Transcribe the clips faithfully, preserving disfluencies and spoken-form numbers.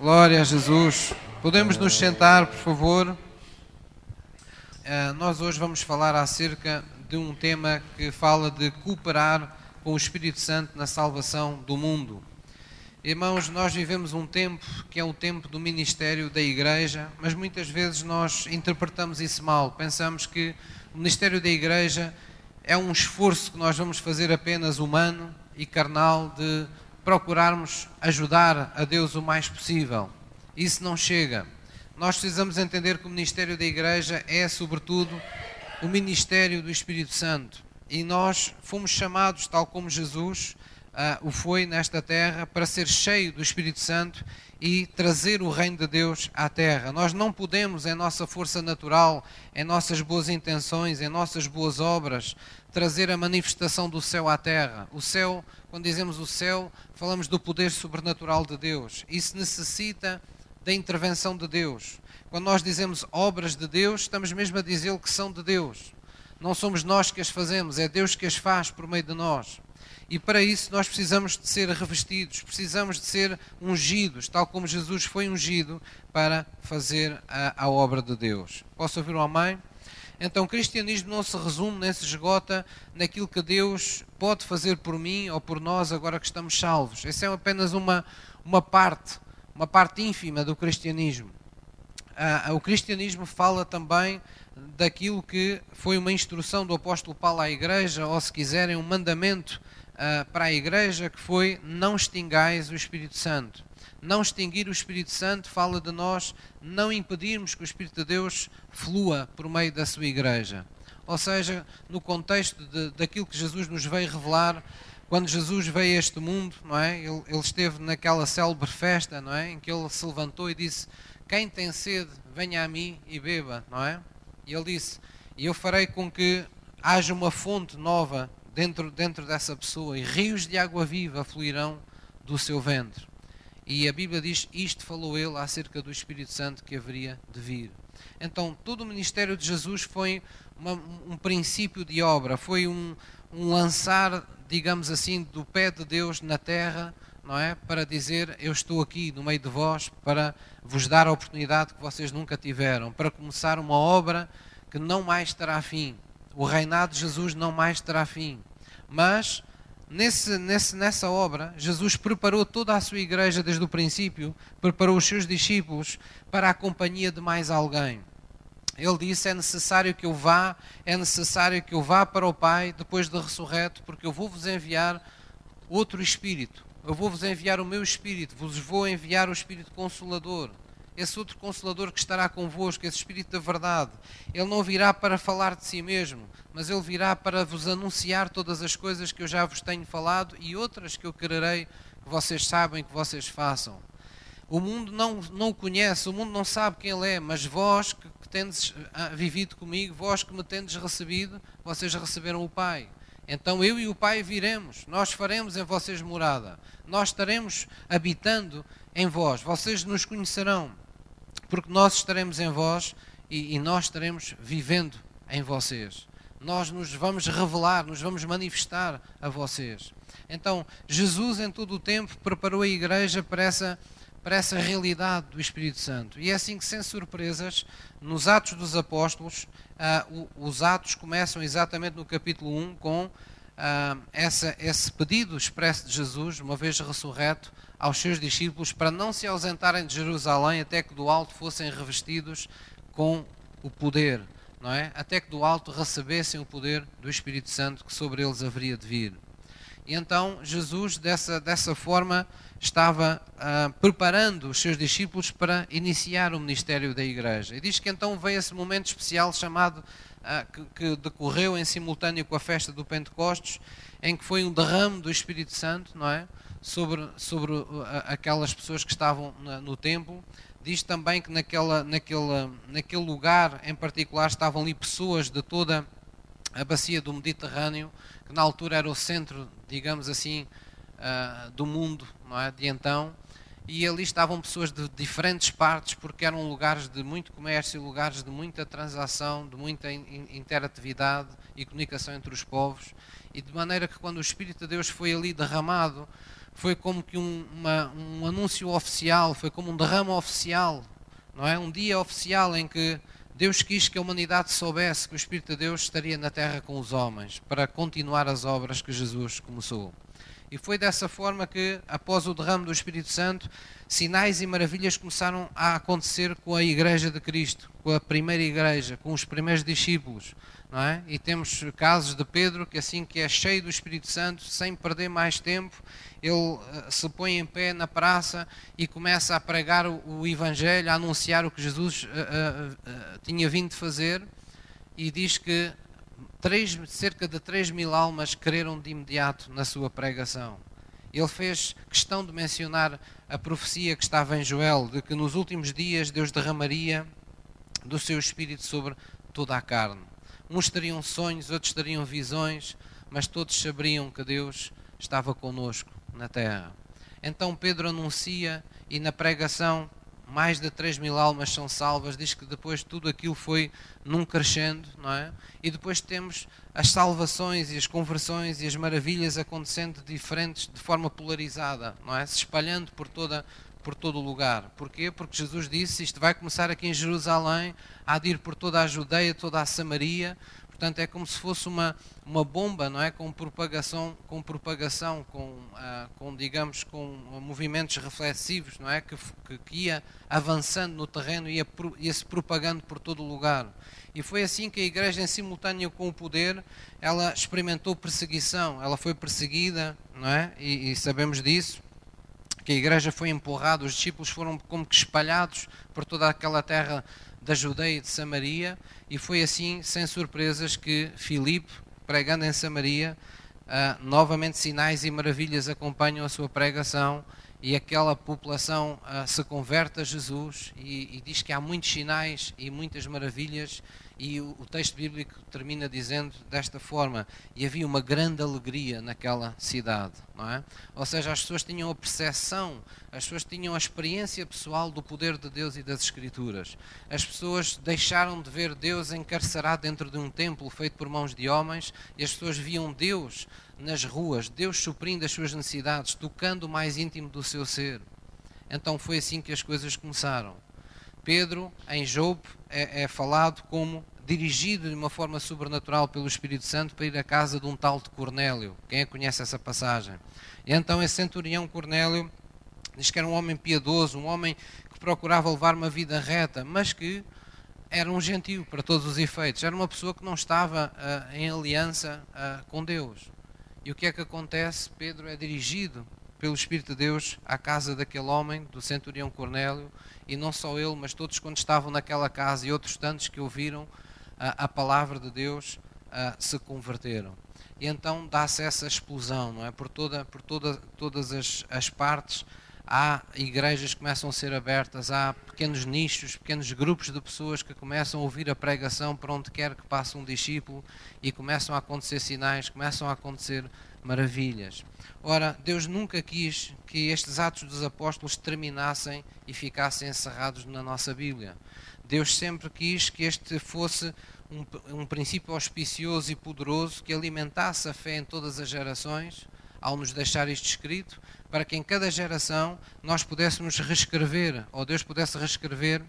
Glória a Jesus. Podemos nos sentar, por favor? Uh, nós hoje vamos falar acerca de um tema que fala de cooperar com o Espírito Santo na salvação do mundo. Irmãos, nós vivemos um tempo que é o tempo do ministério da Igreja, mas muitas vezes nós interpretamos isso mal. Pensamos que o ministério da Igreja é um esforço que nós vamos fazer apenas humano e carnal de procurarmos ajudar a Deus o mais possível. Isso não chega. Nós precisamos entender que o ministério da Igreja é, sobretudo, o ministério do Espírito Santo. E nós fomos chamados, tal como Jesus uh, o foi nesta terra, para ser cheio do Espírito Santo e trazer o reino de Deus à terra. Nós não podemos, em nossa força natural, em nossas boas intenções, em nossas boas obras, trazer a manifestação do céu à terra. O céu, quando dizemos o céu, falamos do poder sobrenatural de Deus. Isso necessita da intervenção de Deus. Quando nós dizemos obras de Deus, estamos mesmo a dizer que são de Deus. Não somos nós que as fazemos, é Deus que as faz por meio de nós. E para isso nós precisamos de ser revestidos, precisamos de ser ungidos, tal como Jesus foi ungido para fazer a, a obra de Deus. Posso ouvir um amém? Então o cristianismo não se resume nem se esgota naquilo que Deus pode fazer por mim ou por nós agora que estamos salvos. Essa é apenas uma, uma parte, uma parte ínfima do cristianismo. Ah, o cristianismo fala também daquilo que foi uma instrução do apóstolo Paulo à igreja, ou se quiserem um mandamento uh, para a igreja, que foi: não extingais o Espírito Santo. Não extinguir o Espírito Santo fala de nós não impedirmos que o Espírito de Deus flua por meio da sua igreja. Ou seja, no contexto de, daquilo que Jesus nos veio revelar, quando Jesus veio a este mundo, não é? ele, ele esteve naquela célebre festa, não é? Em que ele se levantou e disse: quem tem sede, venha a mim e beba, não é? E ele disse: e eu farei com que haja uma fonte nova dentro, dentro dessa pessoa, e rios de água viva fluirão do seu ventre. E a Bíblia diz: isto falou ele acerca do Espírito Santo que haveria de vir. Então, todo o ministério de Jesus foi uma, um princípio de obra, foi um, um lançar, digamos assim, do pé de Deus na terra, não é? Para dizer: eu estou aqui no meio de vós para vos dar a oportunidade que vocês nunca tiveram, para começar uma obra que não mais terá fim. O reinado de Jesus não mais terá fim. Mas nesse, nesse, nessa obra, Jesus preparou toda a sua igreja desde o princípio, preparou os seus discípulos para a companhia de mais alguém. Ele disse: é necessário que eu vá, é necessário que eu vá para o Pai depois de ressurreto, porque eu vou-vos enviar outro Espírito. Eu vou-vos enviar o meu Espírito, vos vou enviar o Espírito Consolador. Esse outro Consolador que estará convosco, esse Espírito da verdade. Ele não virá para falar de si mesmo, mas ele virá para vos anunciar todas as coisas que eu já vos tenho falado e outras que eu quererei que vocês saibam, que vocês façam. O mundo não, não o conhece, o mundo não sabe quem ele é, mas vós que, que tendes vivido comigo, vós que me tendes recebido, vocês receberam o Pai. Então eu e o Pai viremos, nós faremos em vocês morada, nós estaremos habitando em vós, vocês nos conhecerão, porque nós estaremos em vós e, e nós estaremos vivendo em vocês. Nós nos vamos revelar, nos vamos manifestar a vocês. Então, Jesus em todo o tempo preparou a igreja para essa, para essa realidade do Espírito Santo. E é assim que, sem surpresas, nos Atos dos Apóstolos, Uh, os Atos começam exatamente no capítulo um com uh, essa, esse pedido expresso de Jesus, uma vez ressurreto, aos seus discípulos para não se ausentarem de Jerusalém até que do alto fossem revestidos com o poder, não é? Até que do alto recebessem o poder do Espírito Santo que sobre eles haveria de vir. E então Jesus, dessa, dessa forma, estava uh, preparando os seus discípulos para iniciar o ministério da igreja. E diz que então veio esse momento especial chamado, uh, que, que decorreu em simultâneo com a festa do Pentecostes, em que foi um derrame do Espírito Santo, não é? Sobre, sobre uh, aquelas pessoas que estavam na, no templo. Diz também que naquela, naquele, naquele lugar em particular estavam ali pessoas de toda a bacia do Mediterrâneo, que na altura era o centro, digamos assim, uh, do mundo, não é? De então, e ali estavam pessoas de diferentes partes, porque eram lugares de muito comércio, lugares de muita transação, de muita interatividade e comunicação entre os povos, e de maneira que quando o Espírito de Deus foi ali derramado, foi como que um, uma, um anúncio oficial, foi como um derrame oficial, não é? Um dia oficial em que Deus quis que a humanidade soubesse que o Espírito de Deus estaria na terra com os homens, para continuar as obras que Jesus começou. E foi dessa forma que, após o derrame do Espírito Santo, sinais e maravilhas começaram a acontecer com a Igreja de Cristo, com a primeira Igreja, com os primeiros discípulos, não é? E temos casos de Pedro, que assim que é cheio do Espírito Santo, sem perder mais tempo, ele uh, se põe em pé na praça e começa a pregar o, o Evangelho, a anunciar o que Jesus uh, uh, uh, tinha vindo fazer, e diz que Três, cerca de três mil almas creram de imediato na sua pregação. Ele fez questão de mencionar a profecia que estava em Joel, de que nos últimos dias Deus derramaria do seu Espírito sobre toda a carne. Uns teriam sonhos, outros teriam visões, mas todos saberiam que Deus estava conosco na terra. Então Pedro anuncia, e na pregação mais de três mil almas são salvas. Diz que depois tudo aquilo foi num crescendo, não é? E depois temos as salvações e as conversões e as maravilhas acontecendo diferentes, de forma polarizada, não é? Se espalhando por toda, por todo o lugar. Porquê? Porque Jesus disse, isto vai começar aqui em Jerusalém, há de ir por toda a Judeia, toda a Samaria. Portanto, é como se fosse uma, uma bomba, não é? Com propagação, com, propagação com, ah, com, digamos, com movimentos reflexivos, não é? Que, que, que ia avançando no terreno e ia, ia se propagando por todo o lugar. E foi assim que a igreja, em simultâneo com o poder, ela experimentou perseguição. Ela foi perseguida, não é? E, e sabemos disso, que a igreja foi empurrada, os discípulos foram como que espalhados por toda aquela terra da Judeia e de Samaria, e foi assim, sem surpresas, que Filipe, pregando em Samaria, uh, novamente sinais e maravilhas acompanham a sua pregação, e aquela população uh, se converte a Jesus, e, e diz que há muitos sinais e muitas maravilhas, e o, o texto bíblico termina dizendo desta forma, e havia uma grande alegria naquela cidade, não é? Ou seja, as pessoas tinham a percepção, as pessoas tinham a experiência pessoal do poder de Deus e das Escrituras. As pessoas deixaram de ver Deus encarcerado dentro de um templo feito por mãos de homens, e as pessoas viam Deus nas ruas, Deus suprindo as suas necessidades, tocando o mais íntimo do seu ser. Então foi assim que as coisas começaram. Pedro, em Jope, é, é falado como dirigido de uma forma sobrenatural pelo Espírito Santo para ir à casa de um tal de Cornélio. Quem é que conhece essa passagem? E então esse centurião Cornélio diz que era um homem piedoso, um homem que procurava levar uma vida reta, mas que era um gentio para todos os efeitos. Era uma pessoa que não estava uh, em aliança uh, com Deus. E o que é que acontece? Pedro é dirigido pelo Espírito de Deus à casa daquele homem, do centurião Cornélio, e não só ele, mas todos quando estavam naquela casa e outros tantos que ouviram a, a palavra de Deus a, se converteram. E então dá-se essa explosão, não é? Por, toda, por toda, todas as, as partes, há igrejas que começam a ser abertas, há pequenos nichos, pequenos grupos de pessoas que começam a ouvir a pregação para onde quer que passe um discípulo, e começam a acontecer sinais, começam a acontecer maravilhas. Ora, Deus nunca quis que estes Atos dos Apóstolos terminassem e ficassem encerrados na nossa Bíblia. Deus sempre quis que este fosse um, um princípio auspicioso e poderoso que alimentasse a fé em todas as gerações, ao nos deixar isto escrito, para que em cada geração nós pudéssemos reescrever, ou Deus pudesse reescrever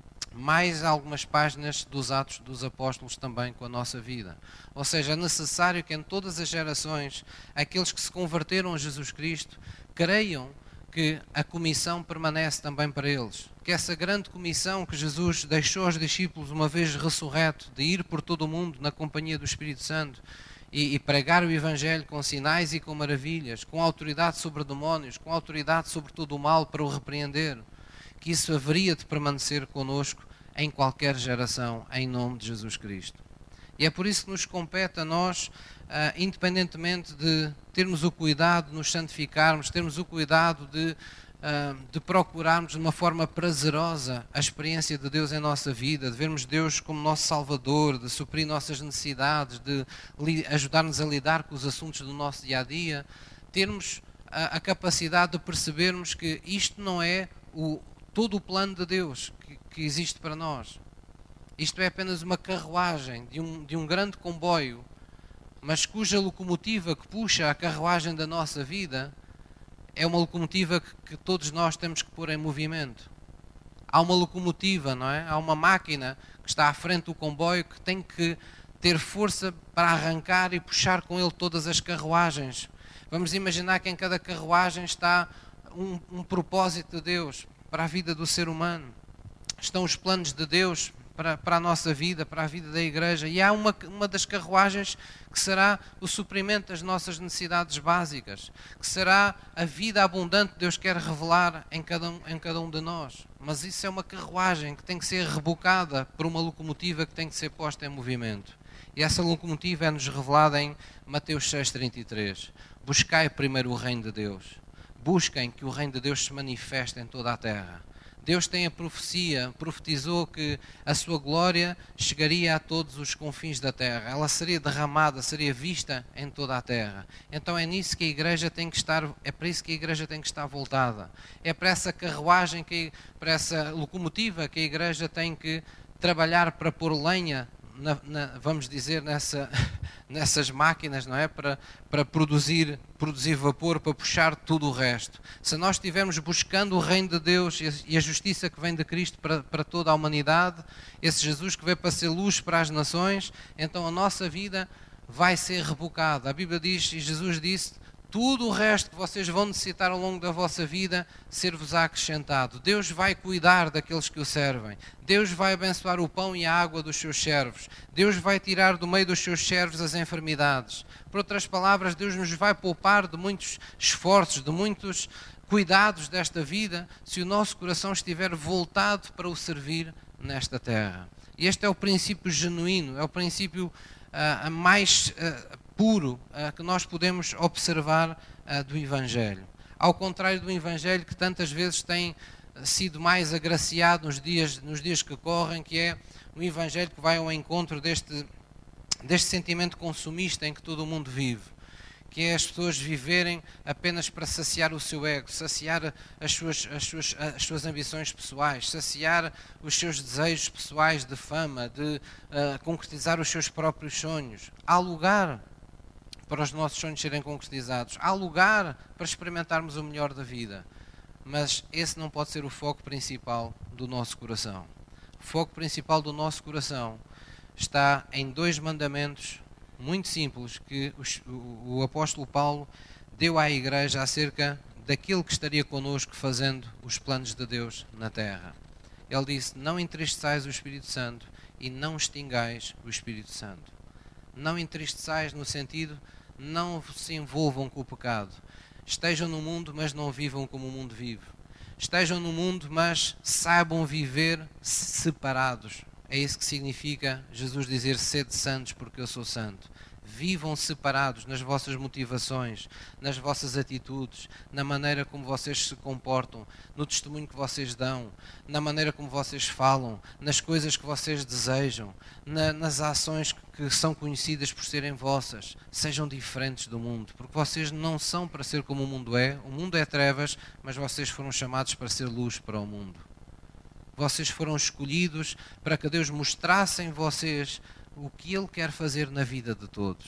mais algumas páginas dos Atos dos Apóstolos também com a nossa vida. Ou seja, é necessário que em todas as gerações, aqueles que se converteram a Jesus Cristo, creiam que a comissão permanece também para eles. Que essa grande comissão que Jesus deixou aos discípulos uma vez ressurreto, de ir por todo o mundo na companhia do Espírito Santo, e, e pregar o Evangelho com sinais e com maravilhas, com autoridade sobre demónios, com autoridade sobre todo o mal para o repreender, que isso haveria de permanecer connosco em qualquer geração, em nome de Jesus Cristo. E é por isso que nos compete a nós, uh, independentemente de termos o cuidado de nos santificarmos, termos o cuidado de, uh, de procurarmos de uma forma prazerosa a experiência de Deus em nossa vida, de vermos Deus como nosso Salvador, de suprir nossas necessidades, de ajudar-nos a lidar com os assuntos do nosso dia-a-dia, termos a, a capacidade de percebermos que isto não é o, todo o plano de Deus que, que existe para nós. Isto é apenas uma carruagem de um, de um grande comboio, mas cuja locomotiva que puxa a carruagem da nossa vida é uma locomotiva que, que todos nós temos que pôr em movimento. Há uma locomotiva, não é? Há uma máquina que está à frente do comboio que tem que ter força para arrancar e puxar com ele todas as carruagens. Vamos imaginar que em cada carruagem está um, um propósito de Deus para a vida do ser humano. Estão os planos de Deus para, para a nossa vida, para a vida da igreja. E há uma, uma das carruagens que será o suprimento das nossas necessidades básicas, que será a vida abundante que Deus quer revelar em cada um, em cada um de nós. Mas isso é uma carruagem que tem que ser rebocada por uma locomotiva que tem que ser posta em movimento. E essa locomotiva é-nos revelada em Mateus seis, trinta e três. Buscai primeiro o reino de Deus. Busquem que o reino de Deus se manifeste em toda a terra. Deus tem a profecia, profetizou que a sua glória chegaria a todos os confins da terra. Ela seria derramada, seria vista em toda a terra. Então é nisso que a igreja tem que estar, é para isso que a igreja tem que estar voltada. É para essa carruagem, que, para essa locomotiva que a igreja tem que trabalhar para pôr lenha, na, na, vamos dizer, nessa, nessas máquinas, não é? Para, para produzir, produzir vapor, para puxar tudo o resto. Se nós estivermos buscando o reino de Deus e a justiça que vem de Cristo para, para toda a humanidade, esse Jesus que veio para ser luz para as nações, então a nossa vida vai ser rebocada. A Bíblia diz, e Jesus disse, tudo o resto que vocês vão necessitar ao longo da vossa vida, ser-vos-á acrescentado. Deus vai cuidar daqueles que o servem. Deus vai abençoar o pão e a água dos seus servos. Deus vai tirar do meio dos seus servos as enfermidades. Por outras palavras, Deus nos vai poupar de muitos esforços, de muitos cuidados desta vida, se o nosso coração estiver voltado para o servir nesta terra. E este é o princípio genuíno, é o princípio uh, mais uh, puro uh, que nós podemos observar uh, do Evangelho. Ao contrário do Evangelho que tantas vezes tem sido mais agraciado nos dias, nos dias que correm, que é o Evangelho que vai ao encontro deste, deste sentimento consumista em que todo o mundo vive, que é as pessoas viverem apenas para saciar o seu ego, saciar as suas, as suas, as suas ambições pessoais, saciar os seus desejos pessoais de fama, de uh, concretizar os seus próprios sonhos. Há lugar para os nossos sonhos serem concretizados. Há lugar para experimentarmos o melhor da vida. Mas esse não pode ser o foco principal do nosso coração. O foco principal do nosso coração está em dois mandamentos muito simples que o apóstolo Paulo deu à igreja acerca daquilo que estaria connosco fazendo os planos de Deus na terra. Ele disse, não entristeçais o Espírito Santo e não extingais o Espírito Santo. Não entristeçais no sentido, não se envolvam com o pecado. Estejam no mundo, mas não vivam como o mundo vive. Estejam no mundo, mas saibam viver separados. É isso que significa Jesus dizer, sede santos porque eu sou santo. Vivam separados nas vossas motivações, nas vossas atitudes, na maneira como vocês se comportam, no testemunho que vocês dão, na maneira como vocês falam, nas coisas que vocês desejam, na, nas ações que são conhecidas por serem vossas. Sejam diferentes do mundo, porque vocês não são para ser como o mundo é. O mundo é trevas, mas vocês foram chamados para ser luz para o mundo. Vocês foram escolhidos para que Deus mostrasse em vocês o que Ele quer fazer na vida de todos.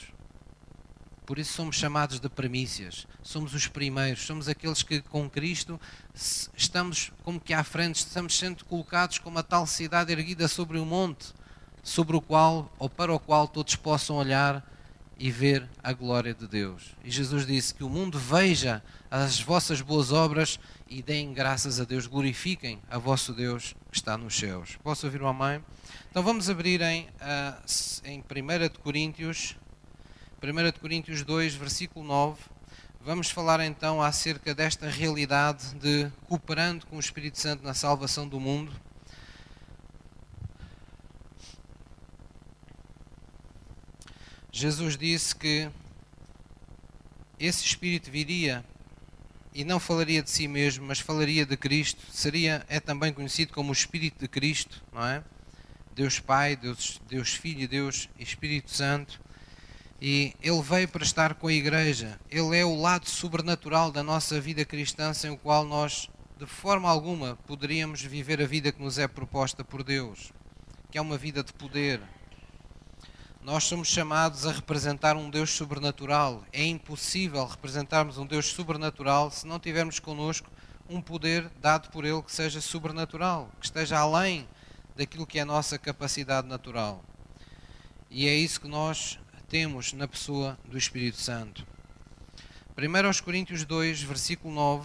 Por isso somos chamados de primícias, somos os primeiros, somos aqueles que com Cristo estamos como que à frente, estamos sendo colocados como a tal cidade erguida sobre o monte, sobre o qual ou para o qual todos possam olhar e ver a glória de Deus. E Jesus disse que o mundo veja as vossas boas obras e deem graças a Deus, glorifiquem a vosso Deus que está nos céus. Posso ouvir uma mãe? Então vamos abrir em, uh, em primeira de Coríntios, primeira de Coríntios dois, versículo nove. Vamos falar então acerca desta realidade de cooperando com o Espírito Santo na salvação do mundo. Jesus disse que esse Espírito viria e não falaria de si mesmo, mas falaria de Cristo. Seria, é também conhecido como o Espírito de Cristo, não é? Deus Pai, Deus, Deus Filho, Deus Espírito Santo. E Ele veio para estar com a Igreja. Ele é o lado sobrenatural da nossa vida cristã, sem o qual nós, de forma alguma, poderíamos viver a vida que nos é proposta por Deus, que é uma vida de poder. Nós somos chamados a representar um Deus sobrenatural. É impossível representarmos um Deus sobrenatural se não tivermos connosco um poder dado por Ele que seja sobrenatural, que esteja além daquilo que é a nossa capacidade natural. E é isso que nós temos na pessoa do Espírito Santo. primeiro aos Coríntios dois, versículo nove.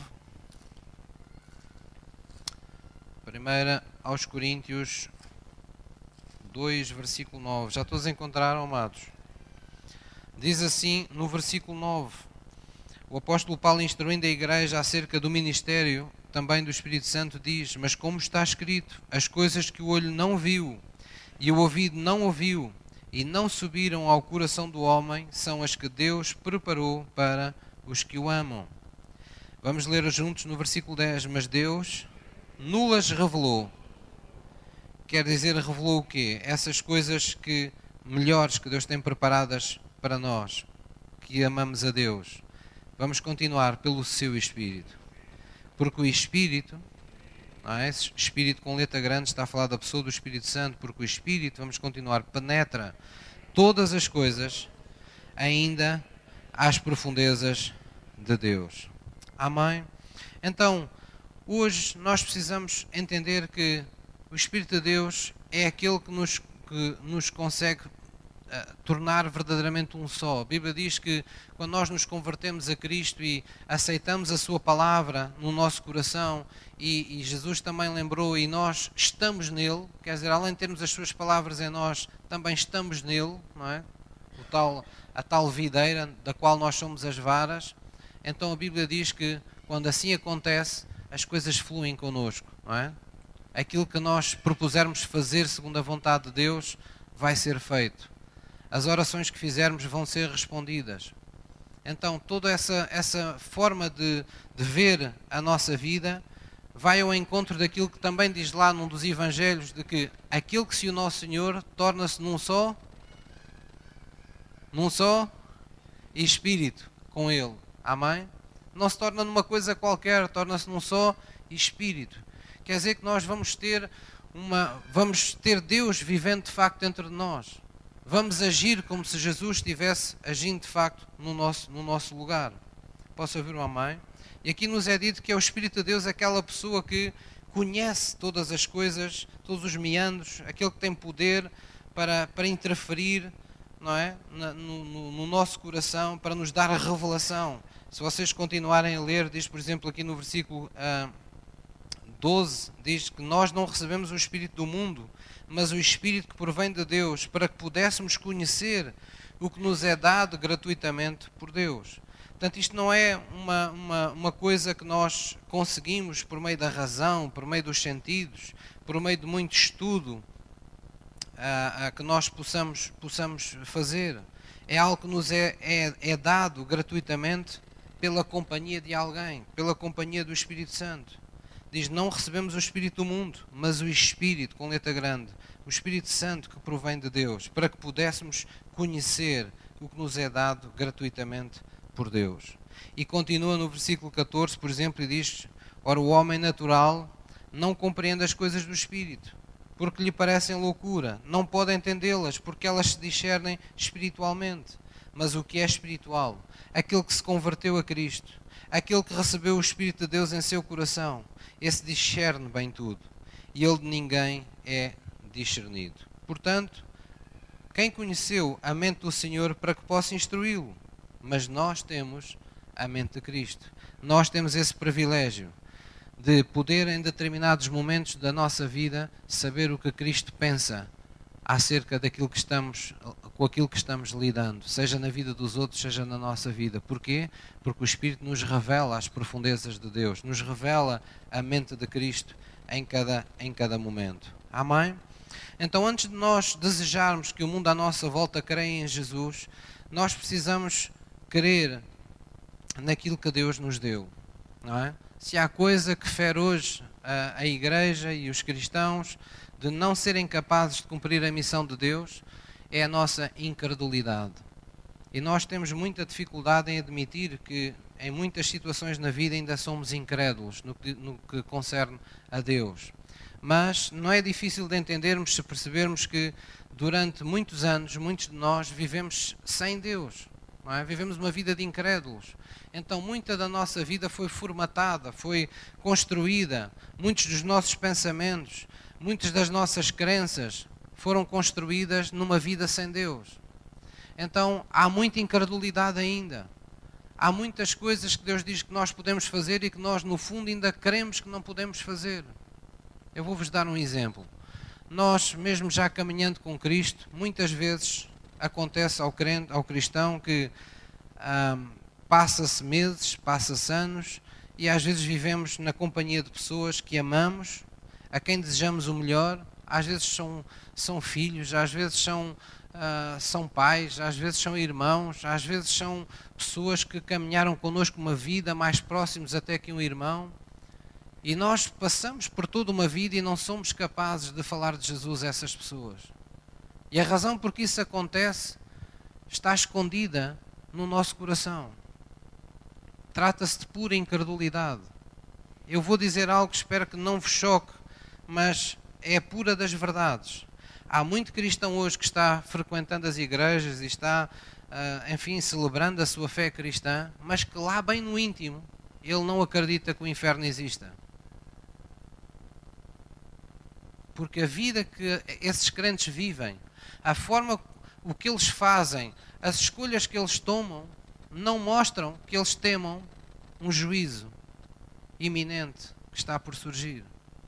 primeiro aos Coríntios dois, versículo nove. Já todos encontraram, amados? Diz assim no versículo nove: o apóstolo Paulo, instruindo a igreja acerca do ministério também do Espírito Santo, diz: mas como está escrito, as coisas que o olho não viu e o ouvido não ouviu e não subiram ao coração do homem, são as que Deus preparou para os que o amam. Vamos ler juntos no versículo dez. Mas Deus nulas revelou. Quer dizer, revelou o quê? Essas coisas que melhores que Deus tem preparadas para nós, que amamos a Deus. Vamos continuar pelo seu Espírito. Porque o Espírito, não é? Esse Espírito com letra grande está a falar da pessoa do Espírito Santo, porque o Espírito, vamos continuar, penetra todas as coisas, ainda às profundezas de Deus. Amém? Então, hoje nós precisamos entender que o Espírito de Deus é aquele que nos, que nos consegue uh, tornar verdadeiramente um só. A Bíblia diz que quando nós nos convertemos a Cristo e aceitamos a sua palavra no nosso coração, e, e Jesus também lembrou, e nós estamos nele, quer dizer, além de termos as suas palavras em nós, também estamos nele, não é? O tal, a tal videira da qual nós somos as varas. Então a Bíblia diz que quando assim acontece, as coisas fluem connosco, não é? Aquilo que nós propusermos fazer segundo a vontade de Deus vai ser feito. As orações que fizermos vão ser respondidas. Então toda essa, essa forma de, de ver a nossa vida vai ao encontro daquilo que também diz lá num dos Evangelhos, de que aquilo que se une ao Senhor torna-se num só, num só Espírito com Ele. Amém? Não se torna numa coisa qualquer, torna-se num só Espírito. Quer dizer que nós vamos ter uma, vamos ter Deus vivendo de facto dentro de nós. Vamos agir como se Jesus estivesse agindo de facto no nosso, no nosso lugar. Posso ouvir um amém? E aqui nos é dito que é o Espírito de Deus aquela pessoa que conhece todas as coisas, todos os meandros, aquele que tem poder para, para interferir, não é? no, no, no nosso coração, para nos dar a revelação. Se vocês continuarem a ler, diz por exemplo aqui no versículo uh, doze, diz que nós não recebemos o Espírito do mundo, mas o Espírito que provém de Deus, para que pudéssemos conhecer o que nos é dado gratuitamente por Deus. Portanto, isto não é uma, uma, uma coisa que nós conseguimos por meio da razão, por meio dos sentidos, por meio de muito estudo uh, uh, que nós possamos, possamos fazer. É algo que nos é, é, é dado gratuitamente pela companhia de alguém, pela companhia do Espírito Santo. Diz, não recebemos o Espírito do mundo, mas o Espírito, com letra grande, o Espírito Santo que provém de Deus, para que pudéssemos conhecer o que nos é dado gratuitamente por Deus. E continua no versículo catorze, por exemplo, e diz, ora o homem natural não compreende as coisas do Espírito, porque lhe parecem loucura, não pode entendê-las, porque elas se discernem espiritualmente. Mas o que é espiritual? Aquele que se converteu a Cristo, aquele que recebeu o Espírito de Deus em seu coração, esse discerne bem tudo, e ele de ninguém é discernido. Portanto, quem conheceu a mente do Senhor para que possa instruí-lo? Mas nós temos a mente de Cristo. Nós temos esse privilégio de poder, em determinados momentos da nossa vida, saber o que Cristo pensa acerca daquilo que estamos, com aquilo que estamos lidando, seja na vida dos outros, seja na nossa vida. Porquê? Porque o Espírito nos revela as profundezas de Deus, nos revela a mente de Cristo em cada, em cada momento. Amém? Então, antes de nós desejarmos que o mundo à nossa volta creia em Jesus, nós precisamos crer naquilo que Deus nos deu, não é? Se há coisa que fere hoje a, a Igreja e os cristãos de não serem capazes de cumprir a missão de Deus, é a nossa incredulidade. E nós temos muita dificuldade em admitir que em muitas situações na vida ainda somos incrédulos no que, no que concerne a Deus. Mas não é difícil de entendermos se percebermos que durante muitos anos, muitos de nós vivemos sem Deus, não é? Vivemos uma vida de incrédulos. Então muita da nossa vida foi formatada, foi construída, muitos dos nossos pensamentos, muitas das nossas crenças foram construídas numa vida sem Deus. Então há muita incredulidade ainda. Há muitas coisas que Deus diz que nós podemos fazer e que nós no fundo ainda queremos que não podemos fazer. Eu vou-vos dar um exemplo. Nós, mesmo já caminhando com Cristo, muitas vezes acontece ao crente, ao cristão que hum, passa-se meses, passa-se anos e às vezes vivemos na companhia de pessoas que amamos, a quem desejamos o melhor. Às vezes são, são filhos, às vezes são... Uh, são pais, às vezes são irmãos, às vezes são pessoas que caminharam connosco uma vida mais próximos até que um irmão, e nós passamos por toda uma vida e não somos capazes de falar de Jesus a essas pessoas. E a razão por que isso acontece está escondida no nosso coração. Trata-se de pura incredulidade. Eu vou dizer algo que espero que não vos choque, mas é a pura das verdades. Há muito cristão hoje que está frequentando as igrejas e está, uh, enfim, celebrando a sua fé cristã, mas que lá bem no íntimo, ele não acredita que o inferno exista. Porque a vida que esses crentes vivem, a forma, o que eles fazem, as escolhas que eles tomam, não mostram que eles temam um juízo iminente que está por surgir.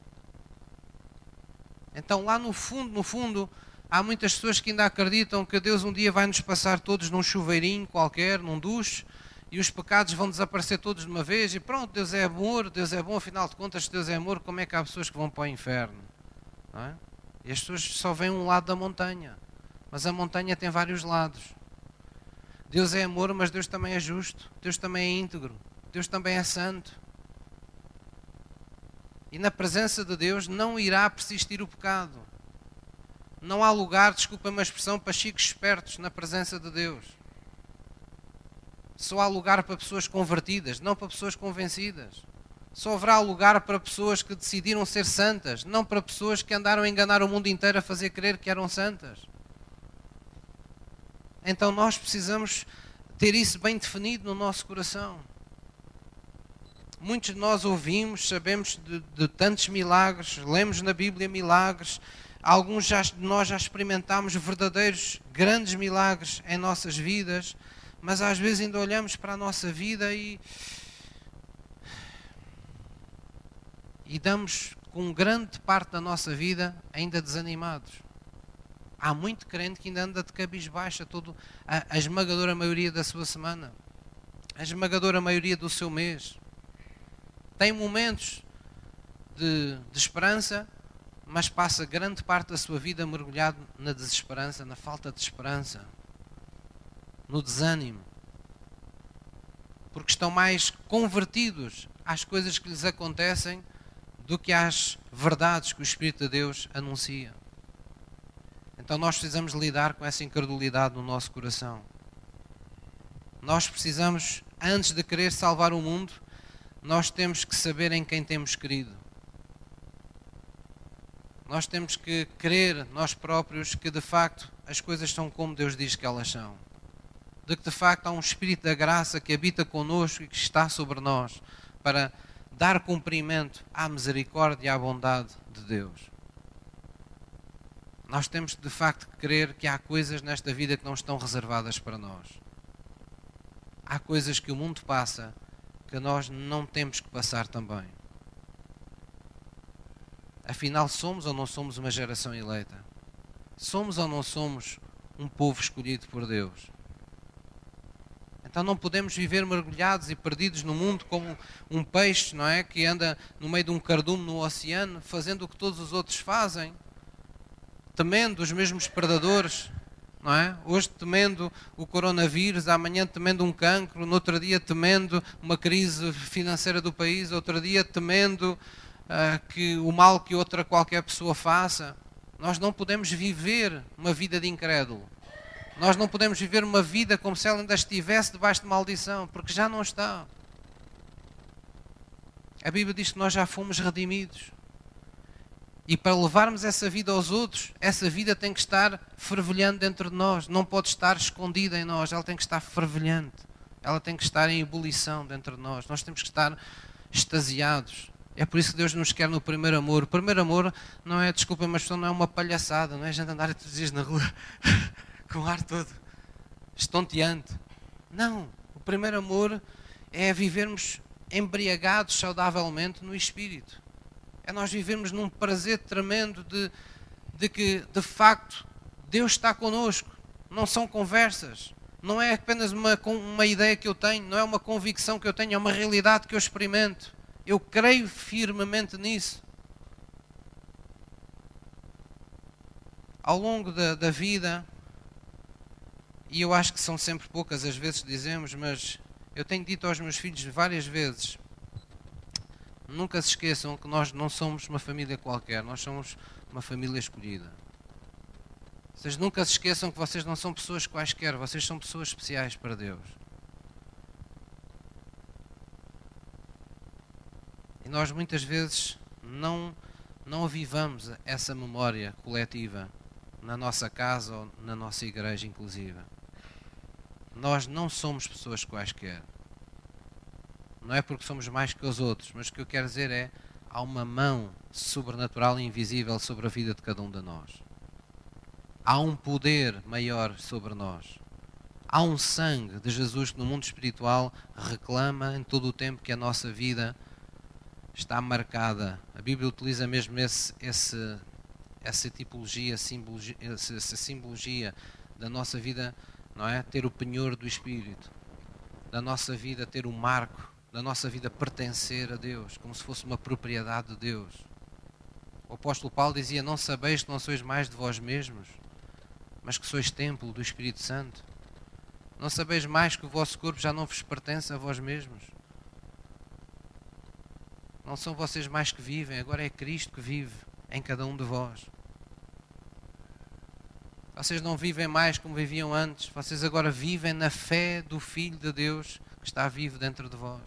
Então lá no fundo, no fundo, há muitas pessoas que ainda acreditam que Deus um dia vai nos passar todos num chuveirinho qualquer, num duche, e os pecados vão desaparecer todos de uma vez, e pronto, Deus é amor, Deus é bom, afinal de contas, se Deus é amor, como é que há pessoas que vão para o inferno? Não é? E as pessoas só veem um lado da montanha, mas a montanha tem vários lados. Deus é amor, mas Deus também é justo, Deus também é íntegro, Deus também é santo. E na presença de Deus não irá persistir o pecado. Não há lugar, desculpa uma expressão, para chicos espertos na presença de Deus. Só há lugar para pessoas convertidas, não para pessoas convencidas. Só haverá lugar para pessoas que decidiram ser santas, não para pessoas que andaram a enganar o mundo inteiro a fazer crer que eram santas. Então nós precisamos ter isso bem definido no nosso coração. Muitos de nós ouvimos, sabemos de, de tantos milagres, lemos na Bíblia milagres, alguns já, de nós já experimentámos verdadeiros, grandes milagres em nossas vidas, mas às vezes ainda olhamos para a nossa vida e, e damos com grande parte da nossa vida ainda desanimados. Há muito crente que ainda anda de cabisbaixa todo, a, a esmagadora maioria da sua semana, a esmagadora maioria do seu mês. Tem momentos de, de esperança, mas passa grande parte da sua vida mergulhado na desesperança, na falta de esperança, no desânimo. Porque estão mais convertidos às coisas que lhes acontecem do que às verdades que o Espírito de Deus anuncia. Então nós precisamos lidar com essa incredulidade no nosso coração. Nós precisamos, antes de querer salvar o mundo, nós temos que saber em quem temos querido. Nós temos que crer, nós próprios, que de facto as coisas são como Deus diz que elas são. De que de facto há um Espírito da graça que habita connosco e que está sobre nós para dar cumprimento à misericórdia e à bondade de Deus. Nós temos de facto que crer que há coisas nesta vida que não estão reservadas para nós. Há coisas que o mundo passa que nós não temos que passar também. Afinal, somos ou não somos uma geração eleita? Somos ou não somos um povo escolhido por Deus? Então não podemos viver mergulhados e perdidos no mundo como um peixe, não é? Que anda no meio de um cardume no oceano, fazendo o que todos os outros fazem, temendo os mesmos predadores, não é? Hoje temendo o coronavírus, amanhã temendo um cancro, no outro dia temendo uma crise financeira do país, outro dia temendo uh, que o mal que outra qualquer pessoa faça. Nós não podemos viver uma vida de incrédulo. Nós não podemos viver uma vida como se ela ainda estivesse debaixo de maldição, porque já não está. A Bíblia diz que nós já fomos redimidos. E para levarmos essa vida aos outros, essa vida tem que estar fervilhando dentro de nós. Não pode estar escondida em nós, ela tem que estar fervilhante. Ela tem que estar em ebulição dentro de nós. Nós temos que estar extasiados. É por isso que Deus nos quer no primeiro amor. O primeiro amor não é, desculpem, mas não é uma palhaçada, não é a gente andar todos os dias na rua com o ar todo estonteante. Não. O primeiro amor é vivermos embriagados saudavelmente no Espírito. É nós vivermos num prazer tremendo de, de que, de facto, Deus está connosco. Não são conversas. Não é apenas uma, uma ideia que eu tenho, não é uma convicção que eu tenho, é uma realidade que eu experimento. Eu creio firmemente nisso. Ao longo da, da vida, e eu acho que são sempre poucas as vezes que dizemos, mas eu tenho dito aos meus filhos várias vezes, nunca se esqueçam que nós não somos uma família qualquer, nós somos uma família escolhida. Vocês nunca se esqueçam que vocês não são pessoas quaisquer, vocês são pessoas especiais para Deus. E nós muitas vezes não, não avivamos essa memória coletiva na nossa casa ou na nossa igreja, inclusive. Nós não somos pessoas quaisquer. Não é porque somos mais que os outros, mas o que eu quero dizer é, há uma mão sobrenatural e invisível sobre a vida de cada um de nós. Há um poder maior sobre nós. Há um sangue de Jesus que no mundo espiritual reclama em todo o tempo que a nossa vida está marcada. A Bíblia utiliza mesmo esse, esse, essa tipologia, simbologia, essa simbologia da nossa vida, não é? Ter o penhor do Espírito, da nossa vida ter o marco, da nossa vida pertencer a Deus, como se fosse uma propriedade de Deus. O apóstolo Paulo dizia, não sabeis que não sois mais de vós mesmos, mas que sois templo do Espírito Santo? Não sabeis mais que o vosso corpo já não vos pertence a vós mesmos? Não são vocês mais que vivem, agora é Cristo que vive em cada um de vós. Vocês não vivem mais como viviam antes, vocês agora vivem na fé do Filho de Deus que está vivo dentro de vós.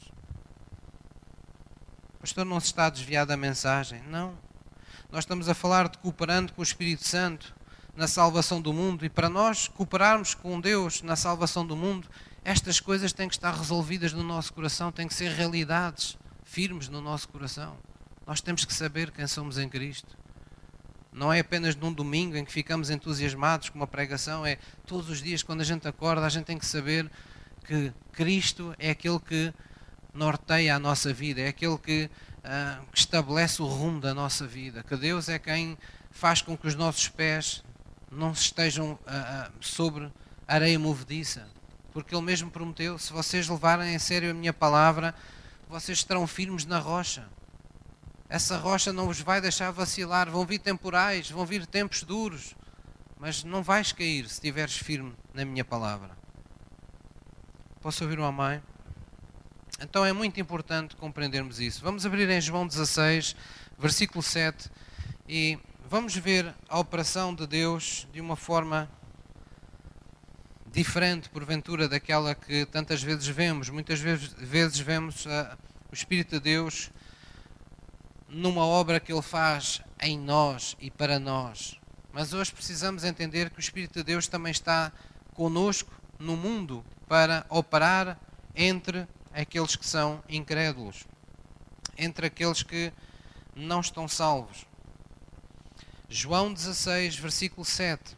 O pastor não se está a desviar da mensagem, não. Nós estamos a falar de cooperando com o Espírito Santo na salvação do mundo, e para nós cooperarmos com Deus na salvação do mundo, estas coisas têm que estar resolvidas no nosso coração, têm que ser realidades firmes no nosso coração. Nós temos que saber quem somos em Cristo. Não é apenas num domingo em que ficamos entusiasmados com uma pregação, é todos os dias quando a gente acorda, a gente tem que saber que Cristo é aquele que norteia a nossa vida, é aquele que, uh, que estabelece o rumo da nossa vida, que Deus é quem faz com que os nossos pés não estejam uh, uh, sobre areia movediça, porque Ele mesmo prometeu, se vocês levarem a sério a minha palavra, vocês estarão firmes na rocha. Essa rocha não vos vai deixar vacilar, vão vir temporais, vão vir tempos duros, mas não vais cair se estiveres firme na minha palavra. Posso ouvir um amém? Então é muito importante compreendermos isso. Vamos abrir em João dezasseis, versículo sete, e vamos ver a operação de Deus de uma forma diferente, porventura, daquela que tantas vezes vemos. Muitas vezes, vezes vemos uh, o Espírito de Deus numa obra que Ele faz em nós e para nós. Mas hoje precisamos entender que o Espírito de Deus também está conosco no mundo para operar entre aqueles que são incrédulos, entre aqueles que não estão salvos. João dezasseis, versículo sete.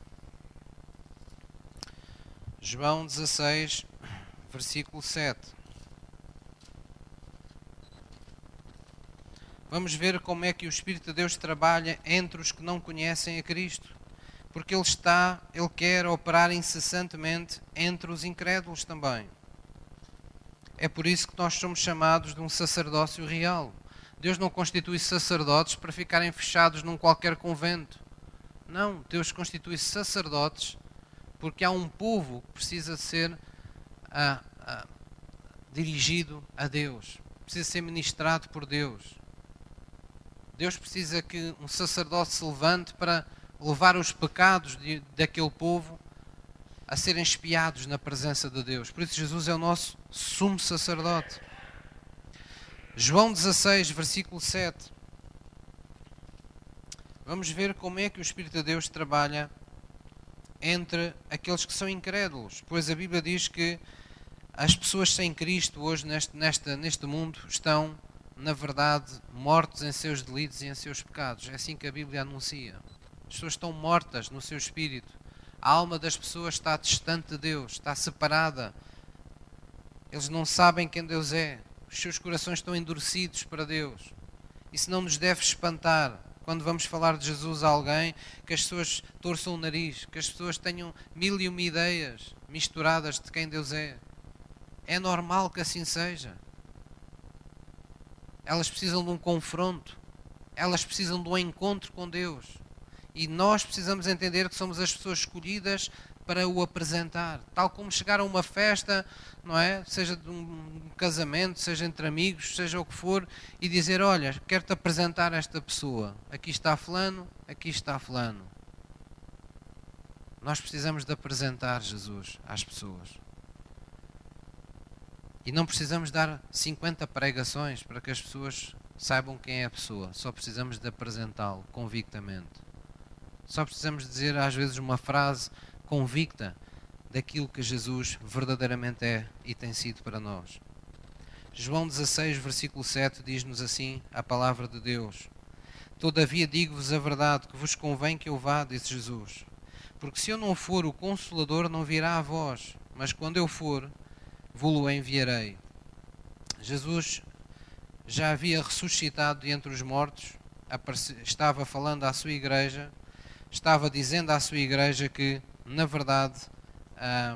João dezasseis, versículo sete. Vamos ver como é que o Espírito de Deus trabalha entre os que não conhecem a Cristo. Porque Ele está, Ele quer operar incessantemente entre os incrédulos também. É por isso que nós somos chamados de um sacerdócio real. Deus não constitui sacerdotes para ficarem fechados num qualquer convento. Não, Deus constitui sacerdotes porque há um povo que precisa ser ah, ah, dirigido a Deus, precisa ser ministrado por Deus. Deus precisa que um sacerdote se levante para levar os pecados de, daquele povo a serem espiados na presença de Deus. Por isso Jesus é o nosso sumo sacerdote. João dezasseis, versículo sete. Vamos ver como é que o Espírito de Deus trabalha entre aqueles que são incrédulos. Pois a Bíblia diz que as pessoas sem Cristo hoje neste, nesta, neste mundo estão, na verdade, mortos em seus delitos e em seus pecados. É assim que a Bíblia anuncia. As pessoas estão mortas no seu espírito. A alma das pessoas está distante de Deus, está separada. Eles não sabem quem Deus é. Os seus corações estão endurecidos para Deus. Isso não nos deve espantar quando vamos falar de Jesus a alguém, que as pessoas torçam o nariz, que as pessoas tenham mil e uma ideias misturadas de quem Deus é. É normal que assim seja. Elas precisam de um confronto. Elas precisam de um encontro com Deus. E nós precisamos entender que somos as pessoas escolhidas para o apresentar. Tal como chegar a uma festa, não é? Seja de um casamento, seja entre amigos, seja o que for, e dizer, olha, quero-te apresentar esta pessoa. Aqui está fulano, aqui está fulano. Nós precisamos de apresentar Jesus às pessoas. E não precisamos dar cinquenta pregações para que as pessoas saibam quem é a pessoa. Só precisamos de apresentá-lo convictamente. Só precisamos dizer às vezes uma frase convicta daquilo que Jesus verdadeiramente é e tem sido para nós. João dezasseis, versículo sete, diz-nos assim a palavra de Deus. Todavia digo-vos a verdade, que vos convém que eu vá, disse Jesus. Porque se eu não for, o Consolador não virá a vós, mas quando eu for, vou-lo enviarei. Jesus já havia ressuscitado de entre os mortos, estava falando à sua igreja, estava dizendo à sua igreja que, na verdade, ah,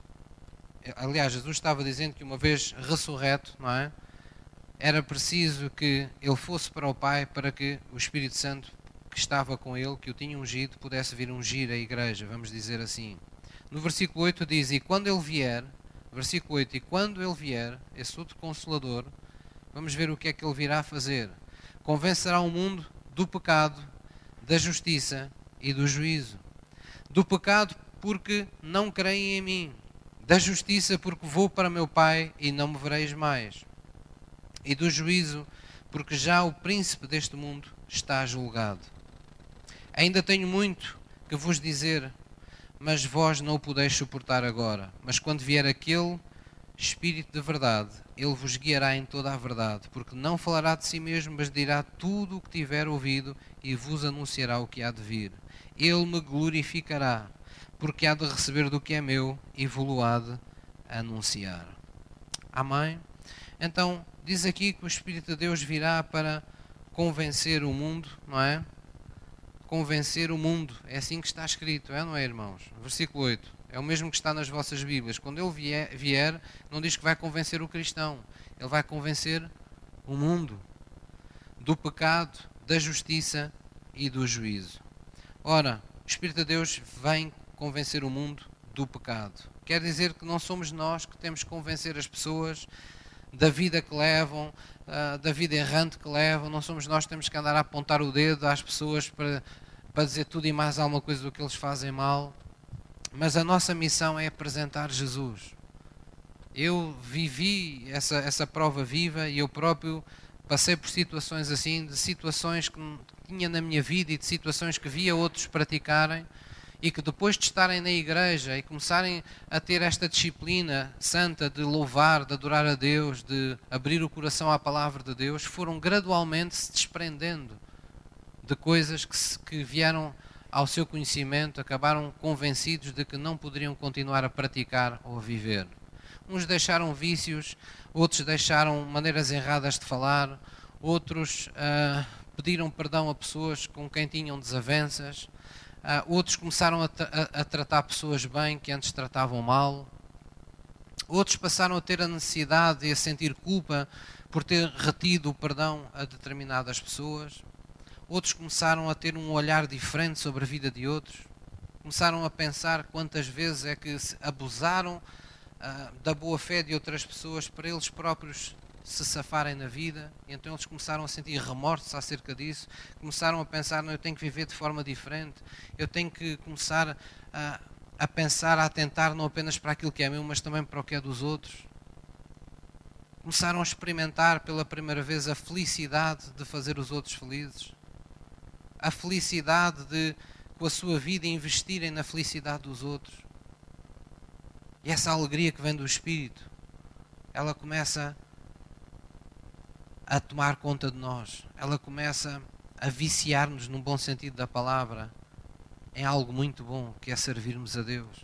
aliás, Jesus estava dizendo que uma vez ressurreto, não é? Era preciso que ele fosse para o Pai para que o Espírito Santo que estava com ele, que o tinha ungido, pudesse vir ungir a igreja, vamos dizer assim. No versículo oito diz, e quando ele vier, versículo oito, e quando ele vier, esse outro Consolador, vamos ver o que é que ele virá fazer. Convencerá o mundo do pecado, da justiça e do juízo. Do pecado porque não creem em mim. Da justiça porque vou para meu Pai e não me vereis mais. E do juízo porque já o príncipe deste mundo está julgado. Ainda tenho muito que vos dizer, mas vós não o podeis suportar agora. Mas quando vier aquele Espírito de verdade, ele vos guiará em toda a verdade, porque não falará de si mesmo, mas dirá tudo o que tiver ouvido e vos anunciará o que há de vir. Ele me glorificará, porque há de receber do que é meu e vou-lo há de anunciar. Amém? Então, diz aqui que o Espírito de Deus virá para convencer o mundo, não é? Convencer o mundo. É assim que está escrito, é, não é, irmãos? Versículo oito. É o mesmo que está nas vossas Bíblias. Quando ele vier, vier, não diz que vai convencer o cristão. Ele vai convencer o mundo do pecado, da justiça e do juízo. Ora, o Espírito de Deus vem convencer o mundo do pecado. Quer dizer que não somos nós que temos que convencer as pessoas da vida que levam, da vida errante que levam. Não somos nós que temos que andar a apontar o dedo às pessoas para, para dizer tudo e mais alguma coisa do que eles fazem mal. Mas a nossa missão é apresentar Jesus. Eu vivi essa, essa prova viva e eu próprio passei por situações assim, de situações que tinha na minha vida e de situações que via outros praticarem e que depois de estarem na igreja e começarem a ter esta disciplina santa de louvar, de adorar a Deus, de abrir o coração à palavra de Deus, foram gradualmente se desprendendo de coisas que, se, que vieram ao seu conhecimento, acabaram convencidos de que não poderiam continuar a praticar ou a viver. Uns deixaram vícios, outros deixaram maneiras erradas de falar, outros uh, pediram perdão a pessoas com quem tinham desavenças, uh, outros começaram a, a, a tratar pessoas bem que antes tratavam mal, outros passaram a ter a necessidade e a sentir culpa por ter retido o perdão a determinadas pessoas. Outros começaram a ter um olhar diferente sobre a vida de outros. Começaram a pensar quantas vezes é que se abusaram uh, da boa fé de outras pessoas para eles próprios se safarem na vida. E então eles começaram a sentir remorsos acerca disso. Começaram a pensar, não, eu tenho que viver de forma diferente. Eu tenho que começar a, a pensar, a atentar não apenas para aquilo que é meu, mas também para o que é dos outros. Começaram a experimentar pela primeira vez a felicidade de fazer os outros felizes. A felicidade de, com a sua vida, investirem na felicidade dos outros. E essa alegria que vem do Espírito, ela começa a tomar conta de nós. Ela começa a viciar-nos, num bom sentido da palavra, em algo muito bom, que é servirmos a Deus.